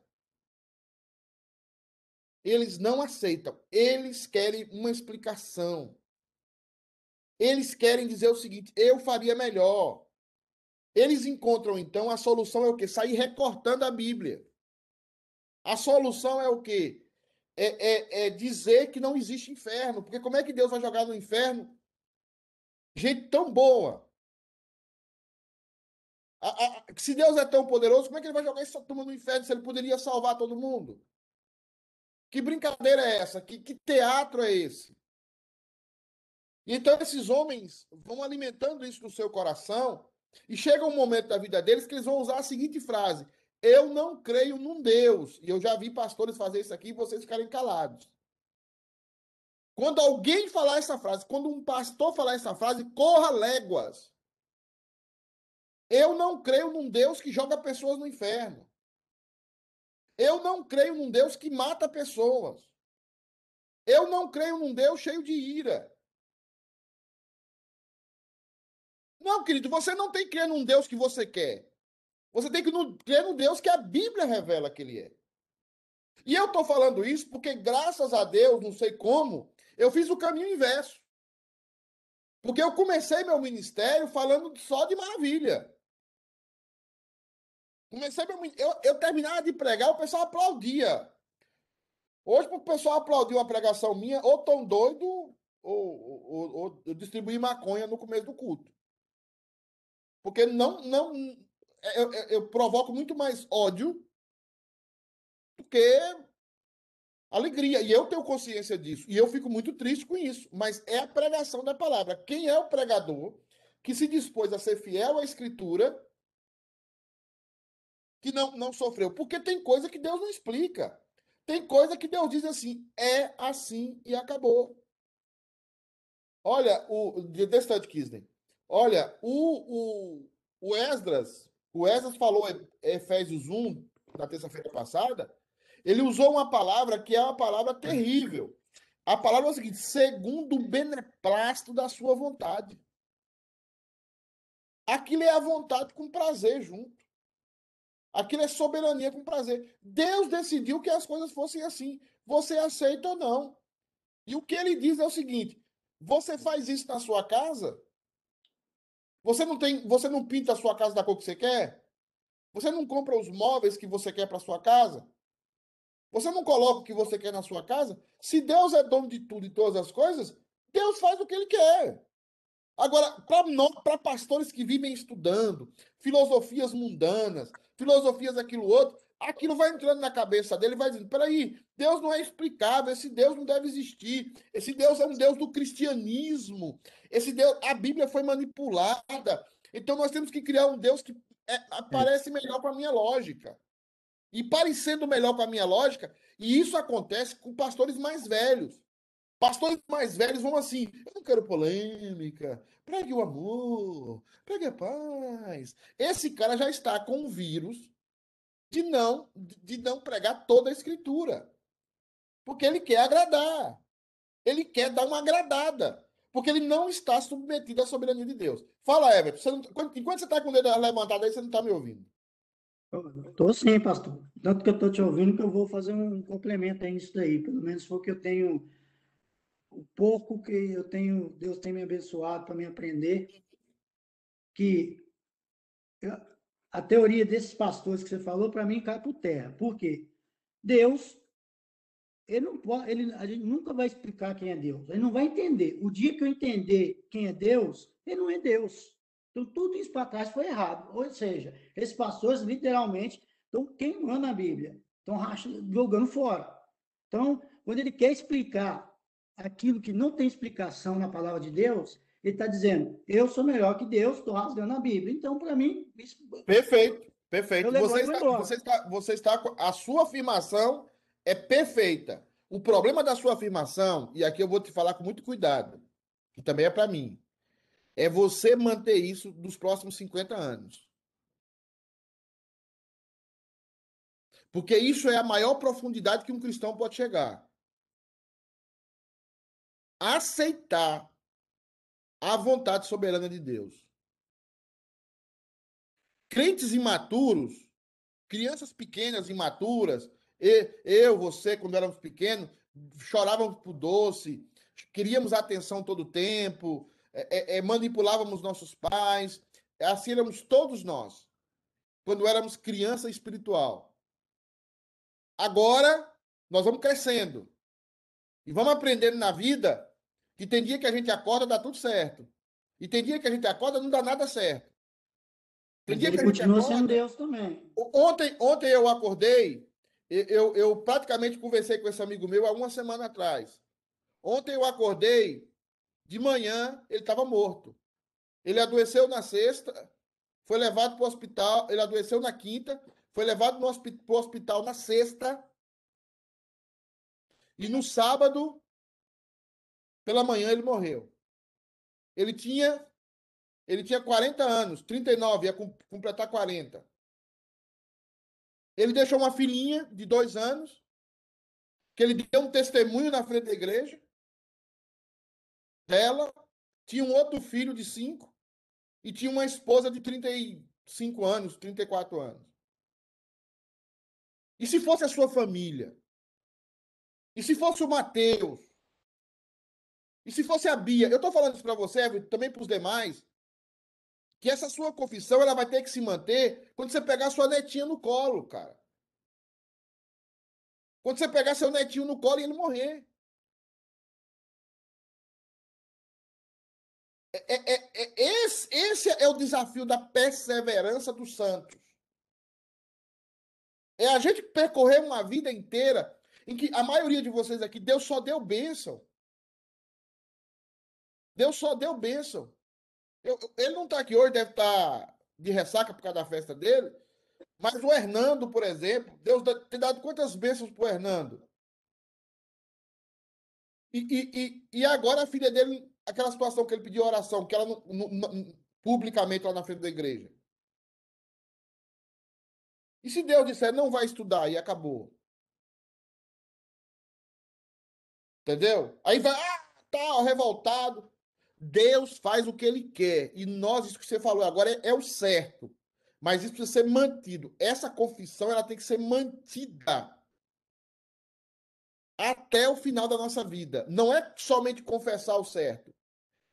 Eles não aceitam. Eles querem uma explicação. Eles querem dizer o seguinte: eu faria melhor. Eles encontram, então, a solução é o quê? Sair recortando a Bíblia. A solução é o quê? É, é, é dizer que não existe inferno. Porque como é que Deus vai jogar no inferno gente tão boa? A, a, se Deus é tão poderoso, como é que ele vai jogar essa turma no inferno se ele poderia salvar todo mundo? Que brincadeira é essa? Que, que teatro é esse? E então esses homens vão alimentando isso no seu coração e chega um momento da vida deles que eles vão usar a seguinte frase: eu não creio num Deus. E eu já vi pastores fazer isso aqui e vocês ficarem calados. Quando alguém falar essa frase, quando um pastor falar essa frase, corra léguas. Eu não creio num Deus que joga pessoas no inferno. Eu não creio num Deus que mata pessoas. Eu não creio num Deus cheio de ira. Não, querido, você não tem que crer num Deus que você quer. Você tem que crer no Deus que a Bíblia revela que ele é. E eu estou falando isso porque, graças a Deus, não sei como, eu fiz o caminho inverso. Porque eu comecei meu ministério falando só de maravilha. Comecei meu, eu, eu terminava de pregar, o pessoal aplaudia. Hoje, para o pessoal aplaudir uma pregação minha, ou tão doido, ou, ou, ou, ou eu distribuí maconha no começo do culto. Porque não, não, eu, eu, eu provoco muito mais ódio do que alegria. E eu tenho consciência disso. E eu fico muito triste com isso. Mas é a pregação da palavra. Quem é o pregador que se dispôs a ser fiel à Escritura, que não, não sofreu? Porque tem coisa que Deus não explica. Tem coisa que Deus diz assim, é assim e acabou. Olha, o Destant Kisney. Olha, o, o, o Esdras, o Esdras falou em Efésios um, na terça-feira passada, ele usou uma palavra que é uma palavra terrível. A palavra é o seguinte: segundo o beneplácito da sua vontade. Aquilo é a vontade com prazer junto. Aquilo é soberania com prazer. Deus decidiu que as coisas fossem assim. Você aceita ou não? E o que ele diz é o seguinte: você faz isso na sua casa? Você não tem, você não pinta a sua casa da cor que você quer? Você não compra os móveis que você quer para sua casa? Você não coloca o que você quer na sua casa? Se Deus é dono de tudo e todas as coisas, Deus faz o que ele quer. Agora, para pastores que vivem estudando filosofias mundanas, filosofias aquilo outro, aquilo vai entrando na cabeça dele e vai dizendo, peraí, Deus não é explicável, esse Deus não deve existir, esse Deus é um Deus do cristianismo, esse Deus, a Bíblia foi manipulada, então nós temos que criar um Deus que é, aparece melhor para a minha lógica. E parecendo melhor com a minha lógica, e isso acontece com pastores mais velhos. Pastores mais velhos vão assim, eu não quero polêmica, pregue o amor, pregue a paz. Esse cara já está com o vírus de não, de não pregar toda a escritura. Porque ele quer agradar. Ele quer dar uma agradada. Porque ele não está submetido à soberania de Deus. Fala, Everton, você não, enquanto você está com o dedo levantado aí, você não está me ouvindo. Estou sim, pastor. Tanto que eu estou te ouvindo que eu vou fazer um complemento aí nisso daí. Pelo menos foi o que eu tenho, o pouco que eu tenho, Deus tem me abençoado para me aprender, que eu, a teoria desses pastores que você falou, para mim, cai por terra. Por quê? Deus, ele não pode, ele, a gente nunca vai explicar quem é Deus. Ele não vai entender. O dia que eu entender quem é Deus, ele não é Deus. Então, tudo isso para trás foi errado. Ou seja, esses pastores, literalmente, estão queimando a Bíblia. Estão jogando fora. Então, quando ele quer explicar aquilo que não tem explicação na palavra de Deus, ele está dizendo, eu sou melhor que Deus, estou rasgando a Bíblia. Então, para mim... Isso... Perfeito, perfeito. Você está, você, está, você está... A sua afirmação é perfeita. O problema da sua afirmação, e aqui eu vou te falar com muito cuidado, que também é para mim, é você manter isso nos próximos cinquenta anos. Porque isso é a maior profundidade que um cristão pode chegar. Aceitar a vontade soberana de Deus. Crentes imaturos, crianças pequenas, imaturas, eu, você, quando éramos pequenos, chorávamos por doce, queríamos atenção todo o tempo, é, é, manipulávamos nossos pais, assim éramos todos nós, quando éramos criança espiritual. Agora, nós vamos crescendo e vamos aprendendo na vida que tem dia que a gente acorda, dá tudo certo. E tem dia que a gente acorda, não dá nada certo. Tem Mas dia ele que a gente continua acorda... sendo Deus também. Ontem, ontem eu acordei, eu, eu praticamente conversei com esse amigo meu há uma semana atrás. Ontem eu acordei, de manhã, ele estava morto. Ele adoeceu na sexta, foi levado para o hospital, ele adoeceu na quinta, foi levado para o hospital na sexta, e no sábado, pela manhã, ele morreu. Ele tinha, ele tinha quarenta anos, trinta e nove, ia completar quarenta. Ele deixou uma filhinha de dois anos, que ele deu um testemunho na frente da igreja dela, tinha um outro filho de cinco e tinha uma esposa de trinta e cinco anos, trinta e quatro anos. E se fosse a sua família? E se fosse o Mateus? E se fosse a Bia? Eu estou falando isso para você, também para os demais, que essa sua confissão ela vai ter que se manter quando você pegar sua netinha no colo, cara. Quando você pegar seu netinho no colo e ele morrer. É, é, é, é, esse, esse é o desafio da perseverança dos santos. É a gente percorrer uma vida inteira em que a maioria de vocês aqui, Deus só deu bênção. Deus só deu bênção. Eu, ele não está aqui hoje, deve estar tá de ressaca por causa da festa dele, mas o Hernando, por exemplo, Deus tem dado quantas bênçãos para o Hernando? E, e, e, e agora a filha dele, aquela situação que ele pediu oração, que ela não, não, não, publicamente lá na frente da igreja. E se Deus disser, não vai estudar, e acabou? Entendeu? Aí vai, ah, tá revoltado. Deus faz o que ele quer. E nós, isso que você falou agora, é, é o certo. Mas isso precisa ser mantido. Essa confissão, ela tem que ser mantida até o final da nossa vida. Não é somente confessar o certo.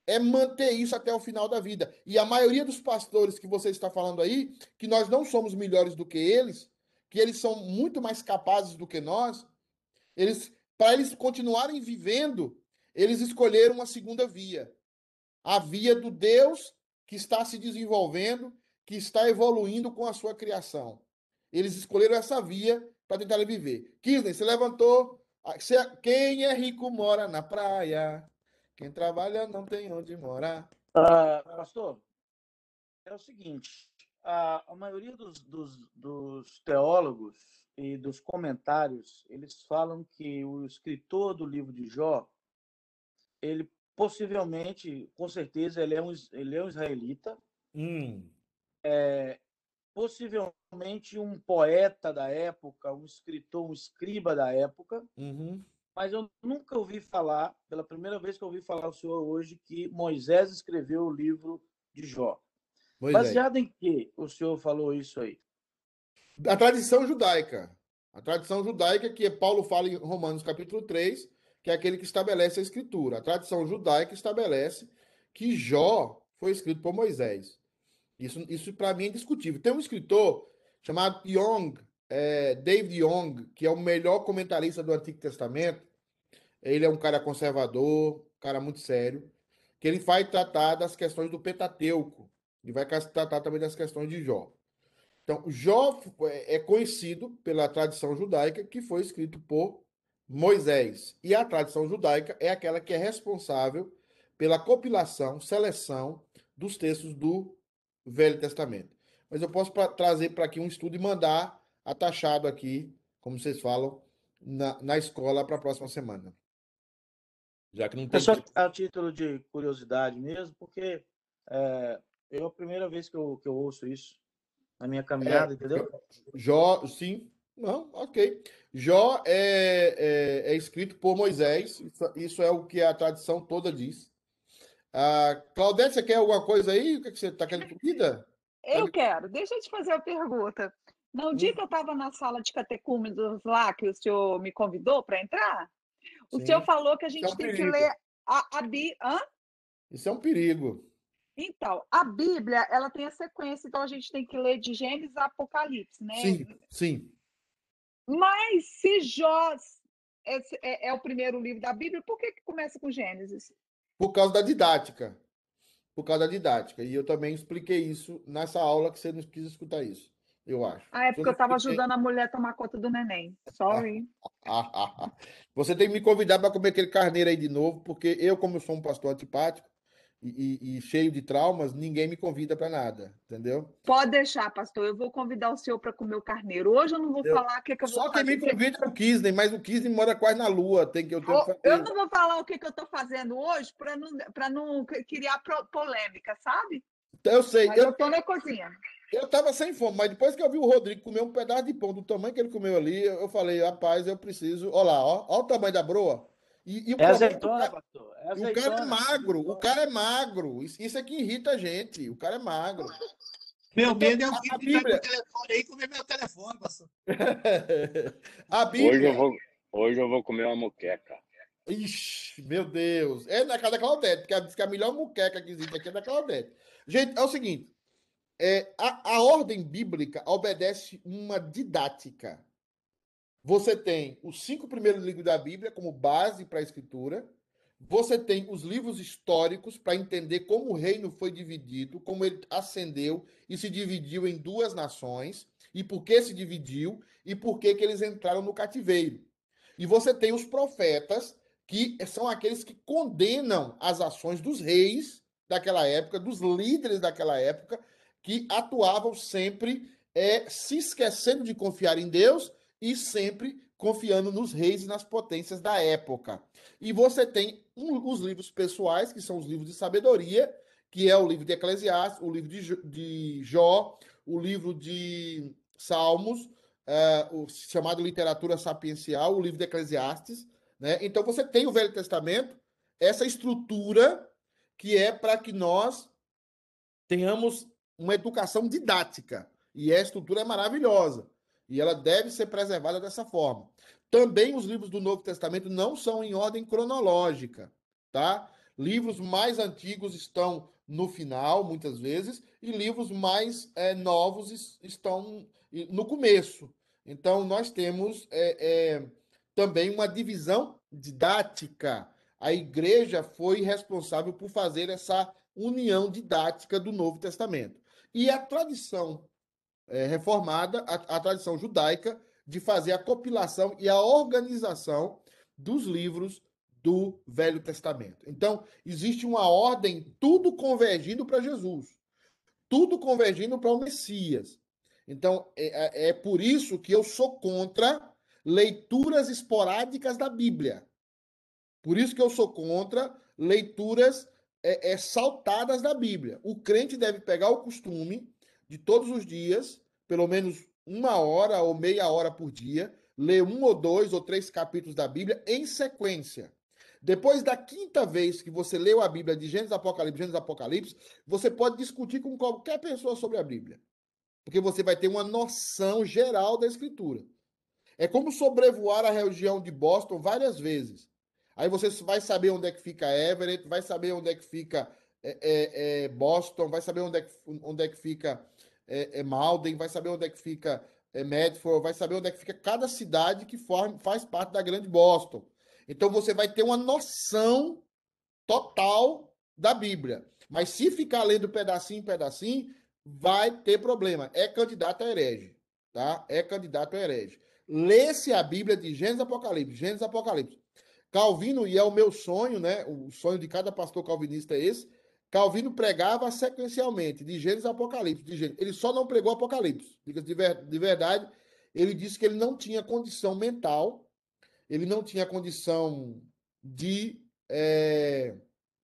é manter isso até o final da vida. E a maioria dos pastores que você está falando aí, que nós não somos melhores do que eles, que eles são muito mais capazes do que nós, eles, para eles continuarem vivendo, eles escolheram uma segunda via. A via do Deus que está se desenvolvendo, que está evoluindo com a sua criação. Eles escolheram essa via para tentar viver. Kisney, você levantou. Quem é rico mora na praia. Quem trabalha não tem onde morar. Ah, pastor, é o seguinte, a, a maioria dos, dos, dos teólogos e dos comentários, eles falam que o escritor do livro de Jó, ele possivelmente, com certeza, ele é um, ele é um israelita, Hum. é, possivelmente um poeta da época, um escritor, um escriba da época, Uhum. mas eu nunca ouvi falar, pela primeira vez que eu ouvi falar ao senhor hoje, que Moisés escreveu o livro de Jó. Pois é. Baseado em que o senhor falou isso aí? A tradição judaica. A tradição judaica que Paulo fala em Romanos capítulo três, que é aquele que estabelece a escritura. A tradição judaica estabelece que Jó foi escrito por Moisés. Isso, isso para mim é indiscutível. Tem um escritor chamado Young, é, David Young, que é o melhor comentarista do Antigo Testamento. Ele é um cara conservador, um cara muito sério, que ele vai tratar das questões do Pentateuco. Ele vai tratar também das questões de Jó. Então, Jó é conhecido pela tradição judaica que foi escrito por Moisés. E a tradição judaica é aquela que é responsável pela compilação, seleção dos textos do Velho Testamento. Mas eu posso pra, trazer para aqui um estudo e mandar atachado aqui, como vocês falam, na, na escola para a próxima semana. Já que não tem É só tempo. a título de curiosidade mesmo, porque é, é a primeira vez que eu, que eu ouço isso na minha caminhada, É, entendeu? Jó, sim. Não, ok. Jó é, é, é escrito por Moisés. Isso, isso é o que a tradição toda diz. Ah, Claudete, você quer alguma coisa aí? O que, é que você está querendo comida? Eu quero. Deixa eu te fazer uma pergunta. No dia Hum. que eu estava na sala de catecúmenos lá, que o senhor me convidou para entrar, o Sim. senhor falou que a Isso é gente um tem que perigo. ler a, a Bíblia. Hã? Isso é um perigo. Então, a Bíblia, ela tem a sequência, então a gente tem que ler de Gênesis a Apocalipse, né? Sim, sim. Mas se Jó é, é, é o primeiro livro da Bíblia, por que, que começa com Gênesis? Por causa da didática. Por causa da didática. E eu também expliquei isso nessa aula que você não quis escutar isso, eu acho. Ah, é Se eu porque eu não estava expliquei- ajudando a mulher a tomar conta do neném. Sorry. Você tem que me convidar para comer aquele carneiro aí de novo, porque eu, como sou um pastor antipático e, e- e cheio de traumas, ninguém me convida para nada, entendeu? Pode deixar, pastor. Eu vou convidar o senhor para comer o carneiro. Hoje eu não vou Eu- falar o que, que eu vou Só quem fazer. me convida é o Kisney, mas o Kisney mora quase na lua, tem que eu tenho que Eu, fazer. eu não vou falar o que, que eu estou fazendo hoje para não, para não criar pro- polêmica, sabe? Então, eu sei, Mas eu, eu estou na cozinha. eu tava sem fome, mas depois que eu vi o Rodrigo comer um pedaço de pão do tamanho que ele comeu ali, eu eu falei, rapaz, eu preciso. Olha lá, ó, ó o tamanho da broa. E, e o É problema é que o azeitona, cara, pastor. É o cara é azeitona. magro, o cara é magro. Isso, isso é que irrita a gente. O cara é magro. Meu Então, medo é a- o a que Bíblia- pegar o telefone aí e comer meu telefone, pastor. A Hoje Bíblia. eu vou, hoje eu vou comer uma moqueca. Ixi, meu Deus. É na casa da Claudete, porque ela diz que a melhor muqueca que existe aqui é da Claudete. Gente, é o seguinte: é, a, a ordem bíblica obedece uma didática. Você tem os cinco primeiros livros da Bíblia como base para a escritura. Você tem os livros históricos para entender como o reino foi dividido, como ele ascendeu e se dividiu em duas nações, e por que se dividiu, e por que, que eles entraram no cativeiro. E você tem os profetas, que são aqueles que condenam as ações dos reis daquela época, dos líderes daquela época, que atuavam sempre é, se esquecendo de confiar em Deus e sempre confiando nos reis e nas potências da época. E você tem um, os livros pessoais, que são os livros de sabedoria, que é o livro de Eclesiastes, o livro de, de Jó, o livro de Salmos, uh, o chamado literatura sapiencial, o livro de Eclesiastes, né? Então você tem o Velho Testamento, essa estrutura que é para que nós tenhamos uma educação didática. E a estrutura é maravilhosa. E ela deve ser preservada dessa forma. Também os livros do Novo Testamento não são em ordem cronológica, tá? Livros mais antigos estão no final, muitas vezes, e livros mais é, novos es- estão no começo. Então, nós temos é, é, também uma divisão didática. A igreja foi responsável por fazer essa união didática do Novo Testamento. E a tradição é, reformada, a, a tradição judaica, de fazer a compilação e a organização dos livros do Velho Testamento. Então, existe uma ordem, tudo convergindo para Jesus, tudo convergindo para o Messias. Então, é, é, é por isso que eu sou contra leituras esporádicas da Bíblia. Por isso que eu sou contra leituras é, é, saltadas da Bíblia. O crente deve pegar o costume de todos os dias, pelo menos uma hora ou meia hora por dia, ler um ou dois ou três capítulos da Bíblia em sequência. Depois da quinta vez que você leu a Bíblia de Gênesis, Apocalipse, Gênesis, Apocalipse, você pode discutir com qualquer pessoa sobre a Bíblia. Porque você vai ter uma noção geral da Escritura. É como sobrevoar a região de Boston várias vezes. Aí você vai saber onde é que fica Everett, vai saber onde é que fica é, é, é, Boston, vai saber onde é que, onde é que fica é, é Malden, vai saber onde é que fica é, Medford, vai saber onde é que fica cada cidade que forma, faz parte da grande Boston. Então você vai ter uma noção total da Bíblia. Mas se ficar lendo pedacinho em pedacinho, vai ter problema. É candidato a herege, tá? É candidato a herege. Lê-se a Bíblia de Gênesis e Apocalipse, Gênesis e Apocalipse. Calvino, e é o meu sonho, né? O sonho de cada pastor calvinista é esse. Calvino pregava sequencialmente, de Gênesis a Apocalipse. De Gênesis. Ele só não pregou Apocalipse. De, ver, de verdade, ele disse que ele não tinha condição mental, ele não tinha condição de, é,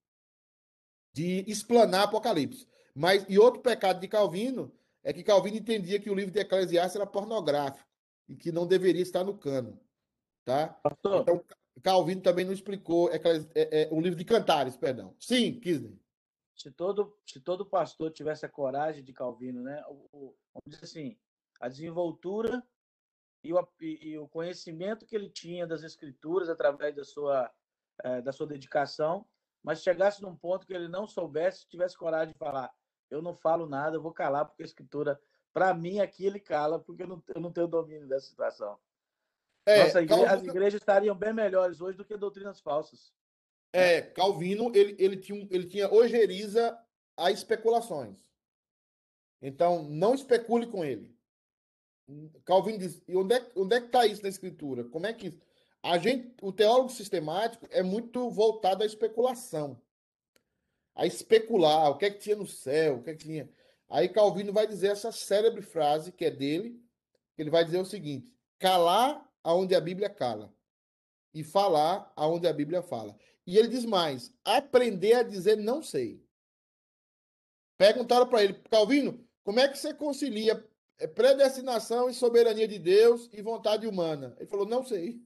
de explanar Apocalipse. Mas, e outro pecado de Calvino é que Calvino entendia que o livro de Eclesiastes era pornográfico e que não deveria estar no cano. Tá? Pastor, Então, Calvino também não explicou é, é, é, o livro de Cantares, perdão. Sim, Kisney. se todo, se todo pastor tivesse a coragem de Calvino, né? O, o, vamos dizer assim, a desenvoltura e o, e, e o conhecimento que ele tinha das escrituras através da sua, eh, da sua dedicação, mas chegasse num ponto que ele não soubesse, tivesse coragem de falar, eu não falo nada, eu vou calar, porque a escritura, para mim, aqui ele cala, porque eu não, eu não tenho domínio dessa situação. É, Nossa igreja, Calvino, as igrejas estariam bem melhores hoje do que doutrinas falsas. é, Calvino, ele, ele, tinha, ele tinha ojeriza a especulações. Então, não especule com ele. Calvino diz, e onde é, onde é que está isso na escritura? Como é que... A gente, o teólogo sistemático é muito voltado à especulação. A especular o que é que tinha no céu, o que é que tinha... Aí Calvino vai dizer essa célebre frase que é dele, ele vai dizer o seguinte: calar aonde a Bíblia cala e falar aonde a Bíblia fala. E ele diz mais: aprender a dizer não sei. Perguntaram para ele, Calvino, como é que você concilia predestinação e soberania de Deus e vontade humana? Ele falou, não sei.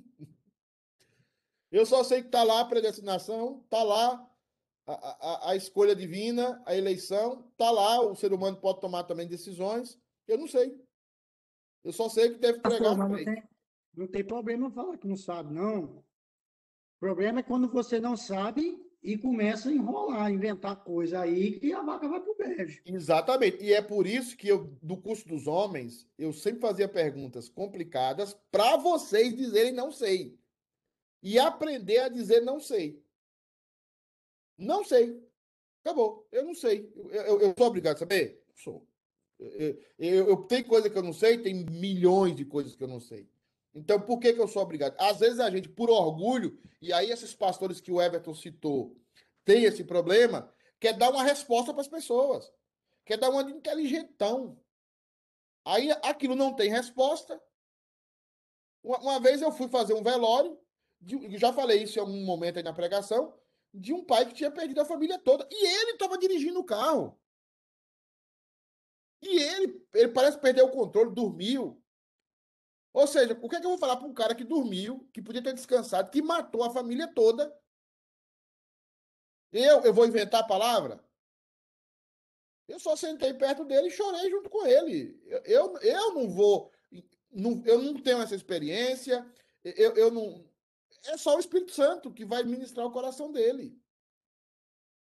Eu só sei que está lá a predestinação, está lá a, a, a escolha divina, a eleição, está lá, o ser humano pode tomar também decisões. Eu não sei. Eu só sei que deve pregar. Pastor, mas não tem, não tem problema falar que não sabe, não. O problema é quando você não sabe e começa a enrolar, inventar coisa aí que a vaca vai pro beijo. Exatamente. E é por isso que eu, do curso dos homens, eu sempre fazia perguntas complicadas para vocês dizerem não sei. E aprender a dizer não sei. Não sei. Acabou. Eu não sei. Eu, eu, eu sou obrigado a saber? Sou. Eu, eu, eu tenho coisa que eu não sei, tem milhões de coisas que eu não sei. Então, por que, que eu sou obrigado? Às vezes a gente, por orgulho, e aí esses pastores que o Everton citou têm esse problema, quer dar uma resposta para as pessoas. Quer dar uma de inteligentão. Aí aquilo não tem resposta. Uma, uma vez eu fui fazer um velório, de, já falei isso em algum momento aí na pregação, de um pai que tinha perdido a família toda. E ele estava dirigindo o carro. E ele, ele parece perder o controle, dormiu. Ou seja, o que é que eu vou falar para um cara que dormiu, que podia ter descansado, que matou a família toda? Eu, eu vou inventar a palavra? Eu só sentei perto dele e chorei junto com ele. Eu, eu, eu não vou... Não, eu não tenho essa experiência. Eu, eu não... É só o Espírito Santo que vai ministrar o coração dele.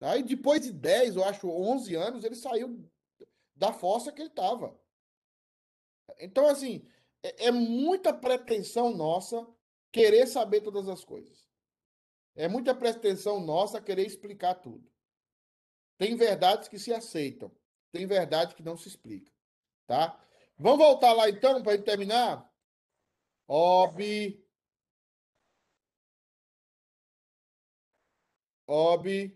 Tá? E depois de dez, eu acho, onze anos, ele saiu da fossa que ele estava. Então, assim, é, é muita pretensão nossa querer saber todas as coisas. É muita pretensão nossa querer explicar tudo. Tem verdades que se aceitam, tem verdade que não se explica, tá? Vamos voltar lá então para terminar? Ob, Ob,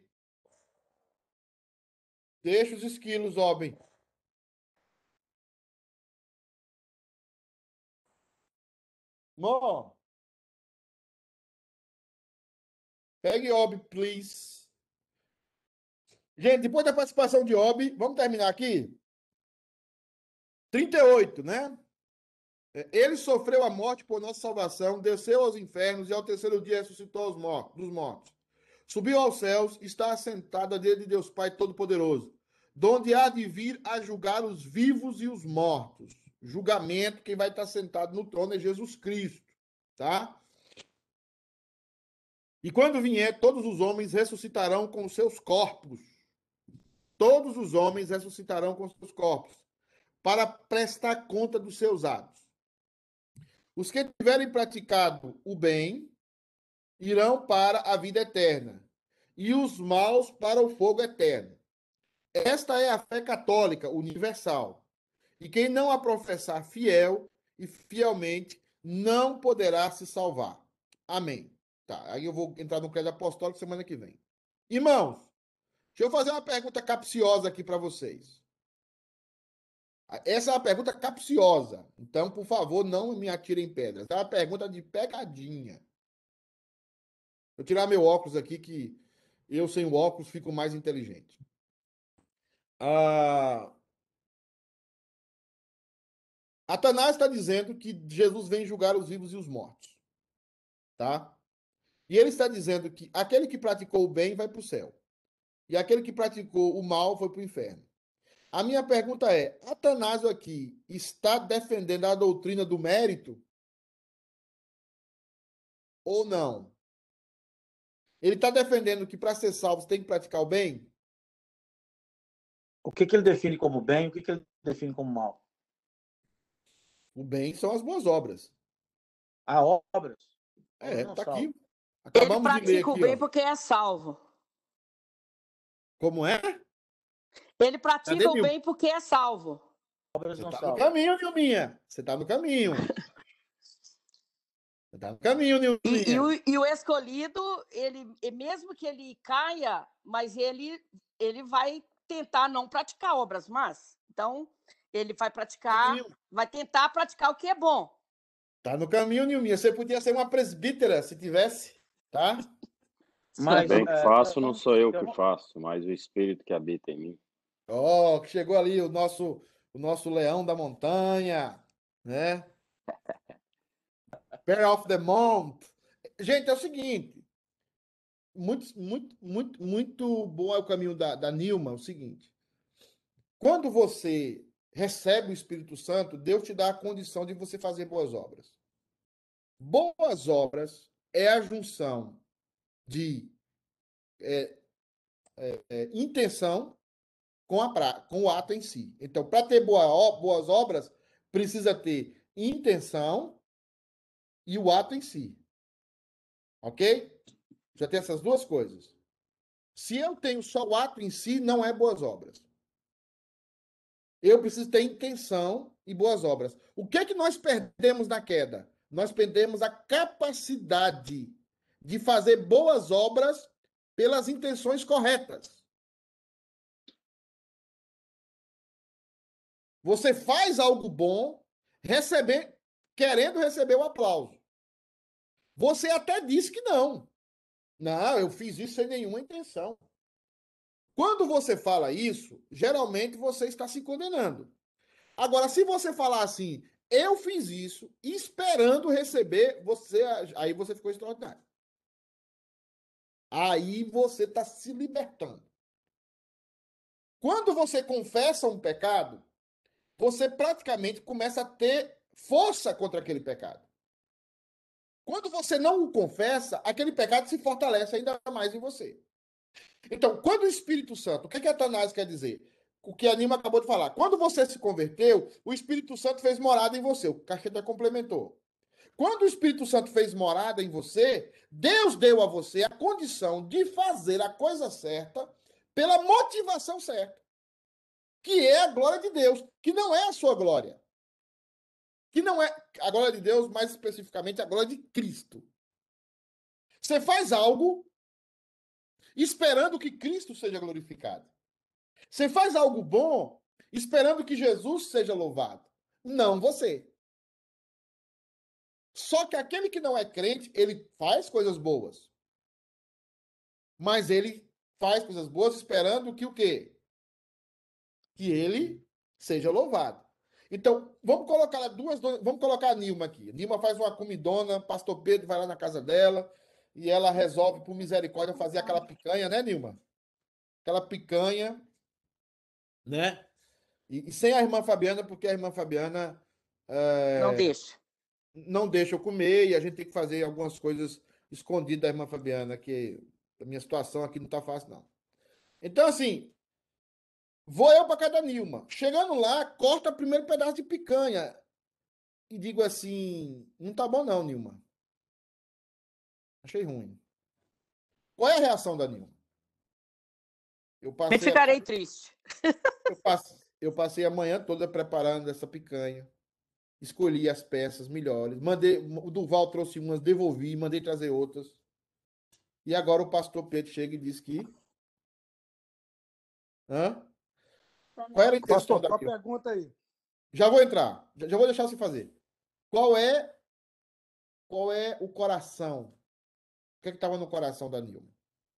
deixa os esquilos, Ob. Mo, pegue Ob, please. Gente, depois da participação de Ob, vamos terminar aqui? trinta e oito, né? Ele sofreu a morte por nossa salvação, desceu aos infernos e ao terceiro dia ressuscitou os mortos, dos mortos. Subiu aos céus, está assentado à direita de Deus Pai Todo-Poderoso, donde há de vir a julgar os vivos e os mortos. Julgamento, quem vai estar sentado no trono é Jesus Cristo, tá? E quando vier, todos os homens ressuscitarão com os seus corpos. Todos os homens ressuscitarão com os seus corpos, para prestar conta dos seus atos. Os que tiverem praticado o bem irão para a vida eterna, e os maus para o fogo eterno. Esta é a fé católica universal. E quem não a professar fiel e fielmente não poderá se salvar. Amém. Tá, aí eu vou entrar no credo apostólico semana que vem. Irmãos, deixa eu fazer uma pergunta capciosa aqui para vocês. Essa é uma pergunta capciosa. Então, por favor, não me atirem pedras. É uma pergunta de pegadinha. Vou tirar meu óculos aqui, que eu sem o óculos fico mais inteligente. Ah, Atanás está dizendo que Jesus vem julgar os vivos e os mortos. Tá? E ele está dizendo que aquele que praticou o bem vai para o céu. E aquele que praticou o mal foi para o inferno. A minha pergunta é, Atanásio aqui está defendendo a doutrina do mérito? Ou não? Ele está defendendo que para ser salvo você tem que praticar o bem? O que, que ele define como bem, o que, que ele define como mal? O bem são as boas obras. Há obras? É, não tá salvam. aqui. Ele Acabamos de ler pratica o aqui, bem ó. porque é salvo. Como é? Ele pratica Cadê, o Nil? bem porque é salvo. Obras Você não tá no salvam. caminho, Nilminha. Você tá no caminho. Você tá no caminho, E, e, Nilminha. o, e o escolhido, ele, e mesmo que ele caia, mas ele, ele vai tentar não praticar obras más. Então, ele vai praticar, Caminho. vai tentar praticar o que é bom. Tá no caminho, Nilminha. Você podia ser uma presbítera se tivesse, tá? Mas, Bem que é, faço, não eu- sou eu eu- que faço, mas o Espírito que habita em mim. Ó, que chegou ali o nosso, o nosso leão da montanha, né? Bear of the Mount. Gente, é o seguinte. Muito, muito, muito, muito bom é o caminho da, da Nilma, é o seguinte. Quando você recebe o Espírito Santo, Deus te dá a condição de você fazer boas obras. Boas obras é a junção de é, é, é, intenção com, a pra, com o ato em si. Então, para ter boa, boas obras, precisa ter intenção e o ato em si. Ok? Já tem essas duas coisas. Se eu tenho só o ato em si, não é boas obras. Eu preciso ter intenção e boas obras. O que é que nós perdemos na queda? Nós perdemos a capacidade de fazer boas obras pelas intenções corretas. Você faz algo bom, receber, querendo receber o aplauso. Você até disse que não. Não, eu fiz isso sem nenhuma intenção. Quando você fala isso, geralmente você está se condenando. Agora, se você falar assim, eu fiz isso esperando receber, você, aí você ficou extraordinário. Aí você está se libertando. Quando você confessa um pecado, você praticamente começa a ter força contra aquele pecado. Quando você não o confessa, aquele pecado se fortalece ainda mais em você. Então, quando o Espírito Santo, o que, que Atanásio quer dizer? O que a Nilma acabou de falar. Quando você se converteu, o Espírito Santo fez morada em você. O Caixeta complementou. Quando o Espírito Santo fez morada em você, Deus deu a você a condição de fazer a coisa certa pela motivação certa, que é a glória de Deus, que não é a sua glória. Que não é a glória de Deus, mais especificamente a glória de Cristo. Você faz algo esperando que Cristo seja glorificado. Você faz algo bom esperando que Jesus seja louvado. Não você. Só que aquele que não é crente, ele faz coisas boas. Mas ele faz coisas boas esperando que o quê? Que ele seja louvado. Então, vamos colocar lá duas, vamos colocar a Nilma aqui. A Nilma faz uma comidona, pastor Pedro vai lá na casa dela e ela resolve, por misericórdia, fazer aquela picanha, né, Nilma? Aquela picanha, né? E, e sem a irmã Fabiana, porque a irmã Fabiana é, Não deixa. não deixa eu comer e a gente tem que fazer algumas coisas escondidas da irmã Fabiana, que a minha situação aqui não tá fácil, não. Então, assim, vou eu para casa da Nilma. Chegando lá, corta o primeiro pedaço de picanha e digo assim, não tá bom não, Nilma. Achei ruim. Qual é a reação da Nilma? Eu Me passei, ficarei a... triste. eu, passei, eu passei a manhã toda preparando essa picanha. Escolhi as peças melhores. Mandei, o Duval trouxe umas, devolvi, mandei trazer outras. E agora o pastor Pedro chega e diz que... Hã? Qual era a intenção Pastor, qual a daquilo? pergunta aí? Já vou entrar. Já, já vou deixar você fazer. Qual é, qual é o coração? O que é que estava no coração da Nilma?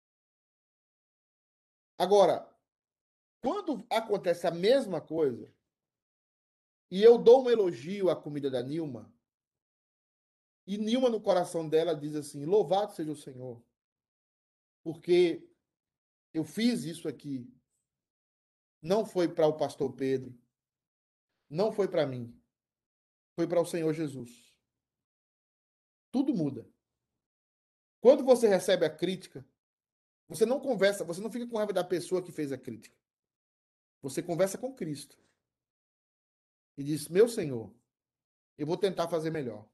Agora, quando acontece a mesma coisa, e eu dou um elogio à comida da Nilma, e Nilma no coração dela diz assim, louvado seja o Senhor, porque eu fiz isso aqui, não foi para o pastor Pedro, não foi para mim, foi para o Senhor Jesus. Tudo muda. Quando você recebe a crítica, você não conversa, você não fica com raiva da pessoa que fez a crítica. Você conversa com Cristo. E diz, meu Senhor, eu vou tentar fazer melhor.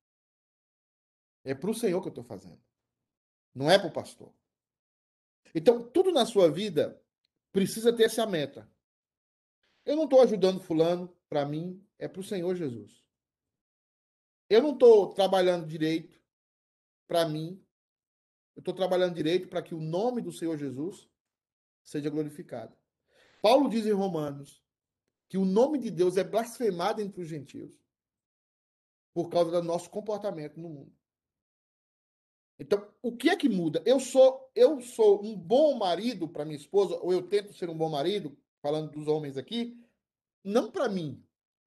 É para o Senhor que eu estou fazendo. Não é para o pastor. Então, tudo na sua vida precisa ter essa meta. Eu não estou ajudando fulano, para mim, é para o Senhor Jesus. Eu não estou trabalhando direito para mim. Eu estou trabalhando direito para que o nome do Senhor Jesus seja glorificado. Paulo diz em Romanos que o nome de Deus é blasfemado entre os gentios por causa do nosso comportamento no mundo. Então, o que é que muda? Eu sou, eu sou um bom marido para minha esposa, ou eu tento ser um bom marido, falando dos homens aqui, não para mim,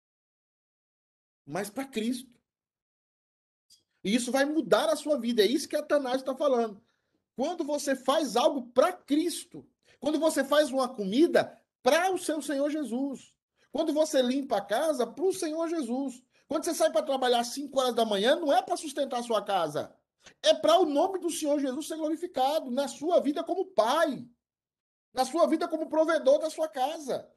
mas para Cristo. E isso vai mudar a sua vida. É isso que a Atanásio está falando. Quando você faz algo para Cristo, quando você faz uma comida para o seu Senhor Jesus, quando você limpa a casa para o Senhor Jesus, quando você sai para trabalhar às cinco horas da manhã, não é para sustentar a sua casa, é para o nome do Senhor Jesus ser glorificado na sua vida como pai, na sua vida como provedor da sua casa.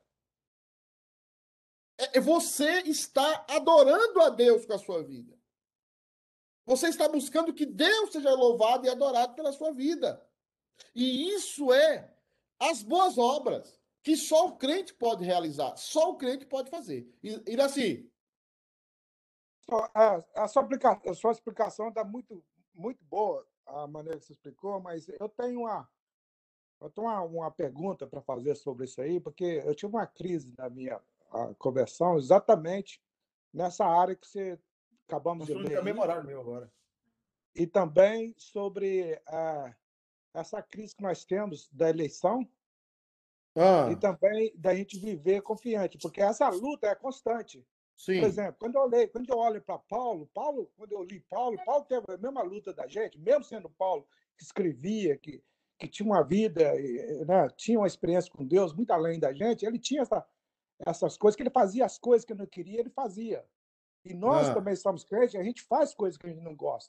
É, você está adorando a Deus com a sua vida. Você está buscando que Deus seja louvado e adorado pela sua vida. E isso é as boas obras que só o crente pode realizar, só o crente pode fazer. E, e assim... A, a, sua explica, a sua explicação está muito, muito boa, a maneira que você explicou, mas eu tenho uma, eu tenho uma, uma pergunta para fazer sobre isso aí, porque eu tive uma crise na minha conversão exatamente nessa área que você acabamos de ler. Memorável meu agora. E também sobre uh, essa crise que nós temos da eleição ah. e também da gente viver confiante, porque essa luta é constante. Sim. Por exemplo, quando eu olhei, quando eu olho para Paulo, Paulo, quando eu li Paulo, Paulo teve a mesma luta da gente, mesmo sendo Paulo que escrevia, que, que tinha uma vida, né, tinha uma experiência com Deus muito além da gente, ele tinha essa, essas coisas, que ele fazia as coisas que eu não queria, ele fazia. E nós ah. também somos crentes, a gente faz coisas que a gente não gosta.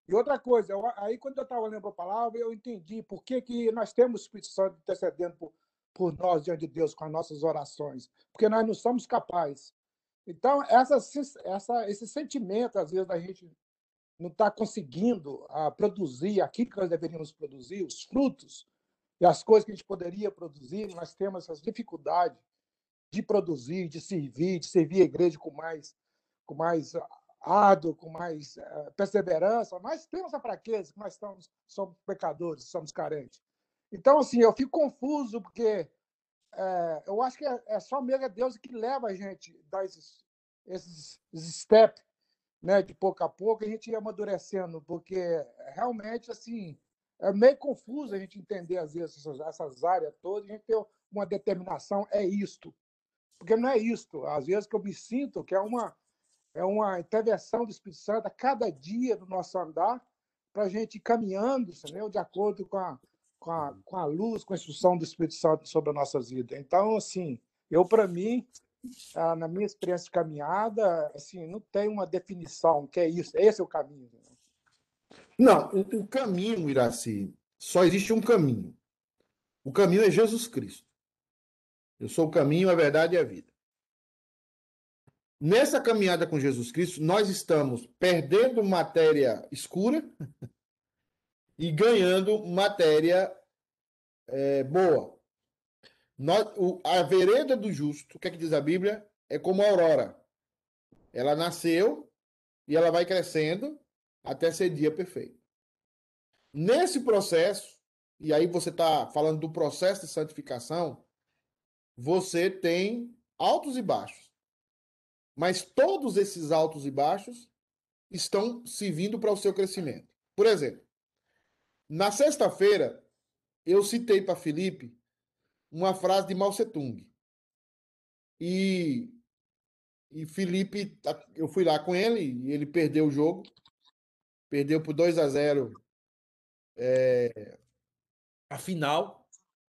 E outra coisa, eu, aí quando eu estava lendo a palavra, eu entendi por que, que nós temos o Espírito Santo intercedendo por, por nós diante de Deus com as nossas orações. Porque nós não somos capazes. Então, essa, essa, esse sentimento, às vezes, da gente não estar tá conseguindo a produzir aquilo que nós deveríamos produzir, os frutos e as coisas que a gente poderia produzir, nós temos essas dificuldades de produzir, de servir, de servir a igreja com mais, com mais árduo, com mais uh, perseverança. Nós temos a fraqueza, nós estamos, somos pecadores, somos carentes. Então, assim, eu fico confuso, porque é, eu acho que é, é só mesmo Deus que leva a gente a dar esses, esses, esses steps, né, de pouco a pouco, a gente ia amadurecendo, porque realmente, assim, é meio confuso a gente entender, às vezes, essas, essas áreas todas, a gente ter uma determinação, é isto. Porque não é isto. Às vezes que eu me sinto que é uma, é uma intervenção do Espírito Santo a cada dia do nosso andar, para a gente ir caminhando, entendeu? De acordo com a, com, a, com a luz, com a instrução do Espírito Santo sobre a nossa vida. Então, assim, eu, para mim, na minha experiência de caminhada, assim, não tem uma definição, que é isso, esse é o caminho. Não, o, o caminho, Iraci, só existe um caminho. O caminho é Jesus Cristo. Eu sou o caminho, a verdade e a vida. Nessa caminhada com Jesus Cristo, nós estamos perdendo matéria escura e ganhando matéria é, boa. Nós, o, a vereda do justo, o que é que diz a Bíblia? É como a aurora. Ela nasceu e ela vai crescendo até ser dia perfeito. Nesse processo, e aí você está falando do processo de santificação, você tem altos e baixos. Mas todos esses altos e baixos estão servindo para o seu crescimento. Por exemplo, na sexta-feira, eu citei para Felipe uma frase de Mao Tse-tung. E, e Felipe, eu fui lá com ele e ele perdeu o jogo. Perdeu por dois a zero é, a final.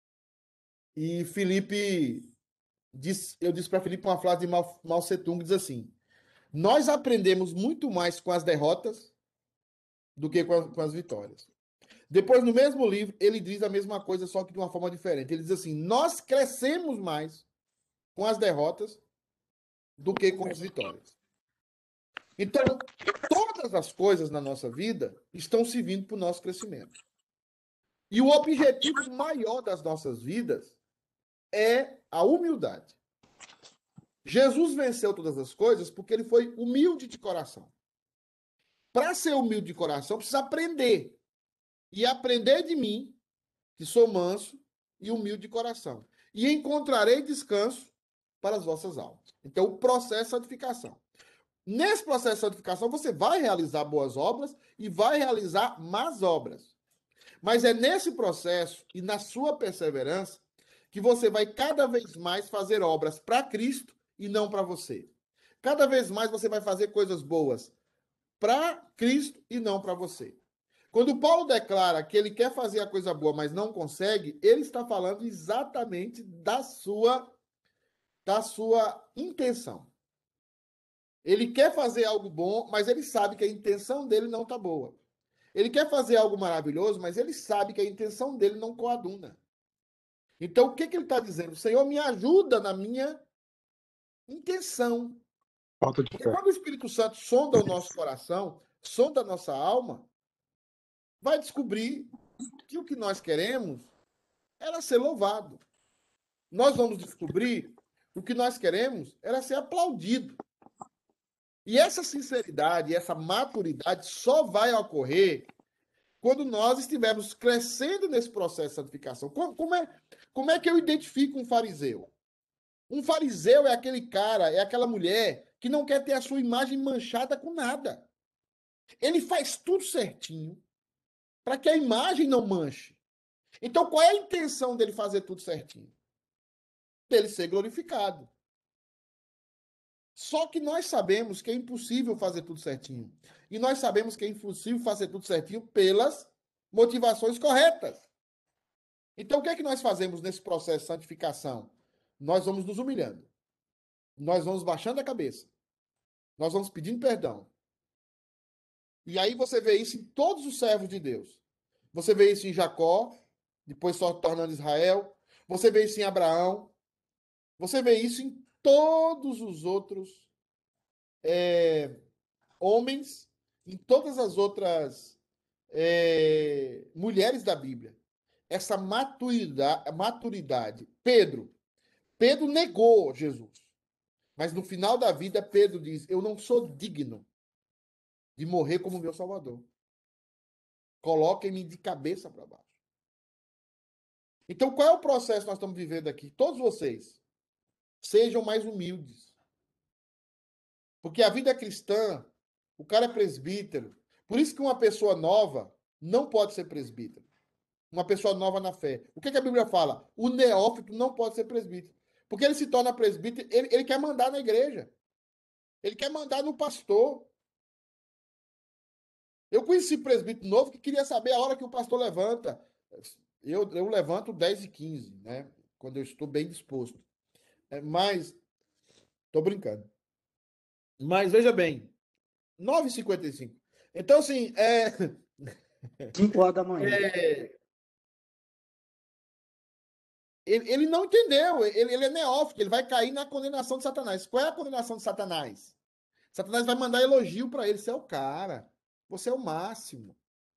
E Felipe, disse, eu disse para Felipe uma frase de Mao, Mao Tse-tung, diz assim: nós aprendemos muito mais com as derrotas do que com as, com as vitórias. Depois, no mesmo livro, ele diz a mesma coisa, só que de uma forma diferente. Ele diz assim: nós crescemos mais com as derrotas do que com as vitórias. Então, todas as coisas na nossa vida estão servindo para o nosso crescimento. E o objetivo maior das nossas vidas é a humildade. Jesus venceu todas as coisas porque ele foi humilde de coração. Para ser humilde de coração, precisa aprender. E aprender de mim, que sou manso e humilde de coração. E encontrarei descanso para as vossas almas. Então, o processo de santificação. Nesse processo de santificação, você vai realizar boas obras e vai realizar más obras. Mas é nesse processo e na sua perseverança que você vai cada vez mais fazer obras para Cristo e não para você. Cada vez mais você vai fazer coisas boas para Cristo e não para você. Quando Paulo declara que ele quer fazer a coisa boa, mas não consegue, ele está falando exatamente da sua, da sua intenção. Ele quer fazer algo bom, mas ele sabe que a intenção dele não está boa. Ele quer fazer algo maravilhoso, mas ele sabe que a intenção dele não coaduna. Então, o que, que ele está dizendo? Senhor, me ajuda na minha intenção. Falta de Porque fé. quando o Espírito Santo sonda o nosso coração, sonda a nossa alma, vai descobrir que o que nós queremos era ser louvado. Nós vamos descobrir que o que nós queremos era ser aplaudido. E essa sinceridade, essa maturidade só vai ocorrer quando nós estivermos crescendo nesse processo de santificação. Como é, como é que eu identifico um fariseu? Um fariseu é aquele cara, é aquela mulher que não quer ter a sua imagem manchada com nada. Ele faz tudo certinho para que a imagem não manche. Então, qual é a intenção dele fazer tudo certinho? Dele ser glorificado. Só que nós sabemos que é impossível fazer tudo certinho. E nós sabemos que é impossível fazer tudo certinho pelas motivações corretas. Então, o que é que nós fazemos nesse processo de santificação? Nós vamos nos humilhando. Nós vamos baixando a cabeça. Nós vamos pedindo perdão. E aí você vê isso em todos os servos de Deus. Você vê isso em Jacó, depois só tornando Israel. Você vê isso em Abraão. Você vê isso em todos os outros é, homens, em todas as outras é, mulheres da Bíblia. Essa maturidade, maturidade. Pedro. Pedro negou Jesus. Mas no final da vida, Pedro diz: eu não sou digno de morrer como meu Salvador. Coloquem-me de cabeça para baixo. Então, qual é o processo que nós estamos vivendo aqui? Todos vocês, sejam mais humildes. Porque a vida cristã, o cara é presbítero. Por isso que uma pessoa nova não pode ser presbítero. Uma pessoa nova na fé. O que, que a Bíblia fala? O neófito não pode ser presbítero. Porque ele se torna presbítero, ele, ele quer mandar na igreja. Ele quer mandar no pastor. Eu conheci presbítero novo que queria saber a hora que o pastor levanta. Eu, eu levanto dez e quinze, né? Quando eu estou bem disposto. É, mas, estou brincando. Mas, veja bem, nove e cinquenta e cinco. Então, assim, é... cinco horas da manhã. É... Ele, ele não entendeu, ele, ele é neófito, ele vai cair na condenação de Satanás. Qual é a condenação de Satanás? Satanás vai mandar elogio para ele. Você é o cara, você é o máximo.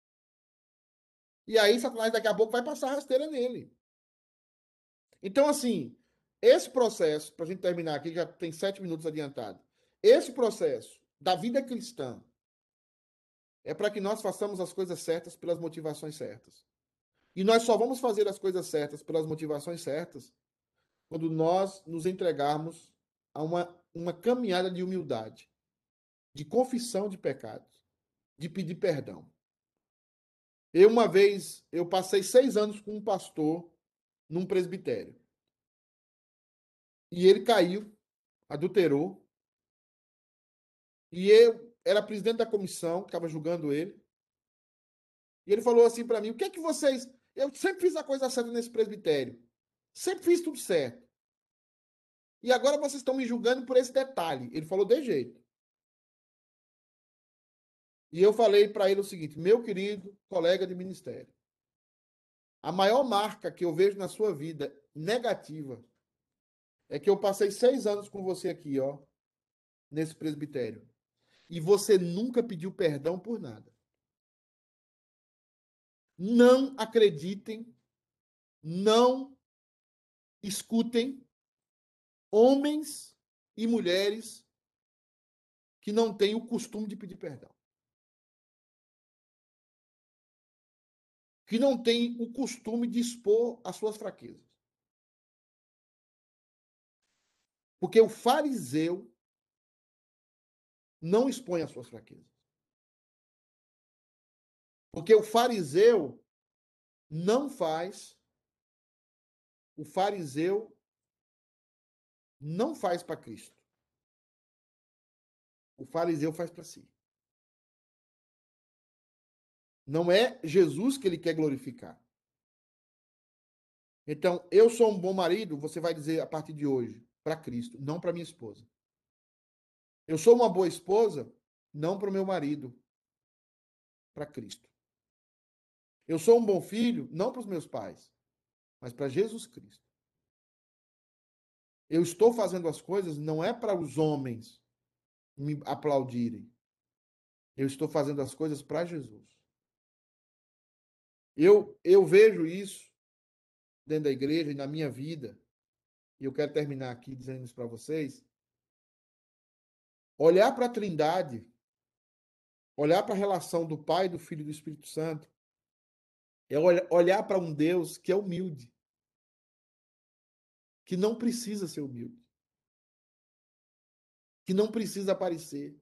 E aí, Satanás daqui a pouco vai passar a rasteira nele. Então, assim, esse processo, para a gente terminar aqui, já tem sete minutos adiantado. Esse processo da vida cristã é para que nós façamos as coisas certas pelas motivações certas. E nós só vamos fazer as coisas certas pelas motivações certas quando nós nos entregarmos a uma, uma caminhada de humildade, de confissão de pecados, de pedir perdão. Eu, uma vez, eu passei seis anos com um pastor num presbitério. E ele caiu, adulterou. E eu era presidente da comissão, que estava julgando ele. E ele falou assim para mim: o que é que vocês... Eu sempre fiz a coisa certa nesse presbitério. Sempre fiz tudo certo. E agora vocês estão me julgando por esse detalhe. Ele falou de jeito. E eu falei para ele o seguinte: meu querido colega de ministério, a maior marca que eu vejo na sua vida negativa é que eu passei seis anos com você aqui, ó, nesse presbitério. E você nunca pediu perdão por nada. Não acreditem, não escutem homens e mulheres que não têm o costume de pedir perdão. Que não têm o costume de expor as suas fraquezas. Porque o fariseu não expõe as suas fraquezas. Porque o fariseu não faz, o fariseu não faz para Cristo. O fariseu faz para si. Não é Jesus que ele quer glorificar. Então, eu sou um bom marido, você vai dizer a partir de hoje, para Cristo, não para minha esposa. Eu sou uma boa esposa, não para o meu marido, para Cristo. Eu sou um bom filho, não para os meus pais, mas para Jesus Cristo. Eu estou fazendo as coisas não é para os homens me aplaudirem. Eu estou fazendo as coisas para Jesus. Eu, eu vejo isso dentro da igreja e na minha vida, e eu quero terminar aqui dizendo isso para vocês. Olhar para a Trindade, olhar para a relação do Pai, do Filho e do Espírito Santo, é olhar para um Deus que é humilde, que não precisa ser humilde, que não precisa aparecer.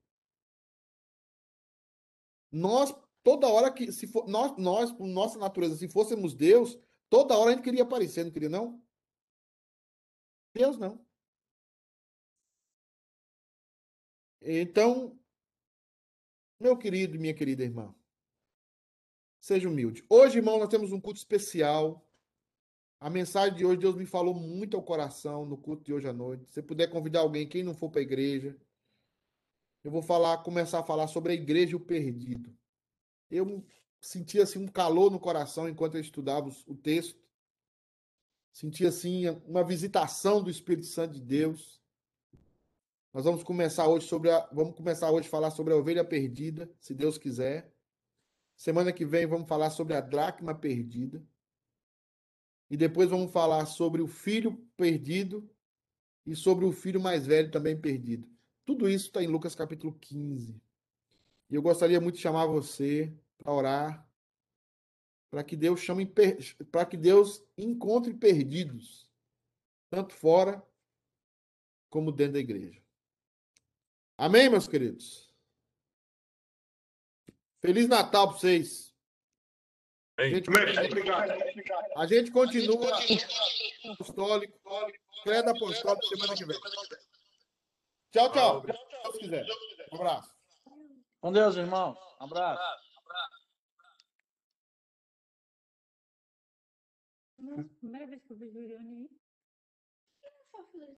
Nós, toda hora que, se for, nós, nós, por nossa natureza, se fôssemos Deus, toda hora a gente queria aparecer, não queria, não? Deus não. Então, meu querido e minha querida irmã, seja humilde. Hoje, irmão, nós temos um culto especial. A mensagem de hoje, Deus me falou muito ao coração no culto de hoje à noite. Se você puder convidar alguém, quem não for para a igreja, eu vou falar, começar a falar sobre a igreja e o perdido. Eu senti assim um calor no coração enquanto eu estudava o texto. Senti assim uma visitação do Espírito Santo de Deus. Nós vamos começar hoje sobre a, vamos começar hoje a falar sobre a ovelha perdida, se Deus quiser. Semana que vem vamos falar sobre a dracma perdida. E depois vamos falar sobre o filho perdido e sobre o filho mais velho também perdido. Tudo isso está em Lucas capítulo quinze. E eu gostaria muito de chamar você para orar, para que Deus chame, para que Deus encontre perdidos, tanto fora como dentro da igreja. Amém, meus queridos? Feliz Natal para vocês. A gente, a gente continua apostólico, credo apostólico semana que vem. Tchau, tchau. Se Deus quiser. Um abraço. Com Deus, irmão. Um abraço. Nossa, primeira vez que eu vejo o Iriane aí.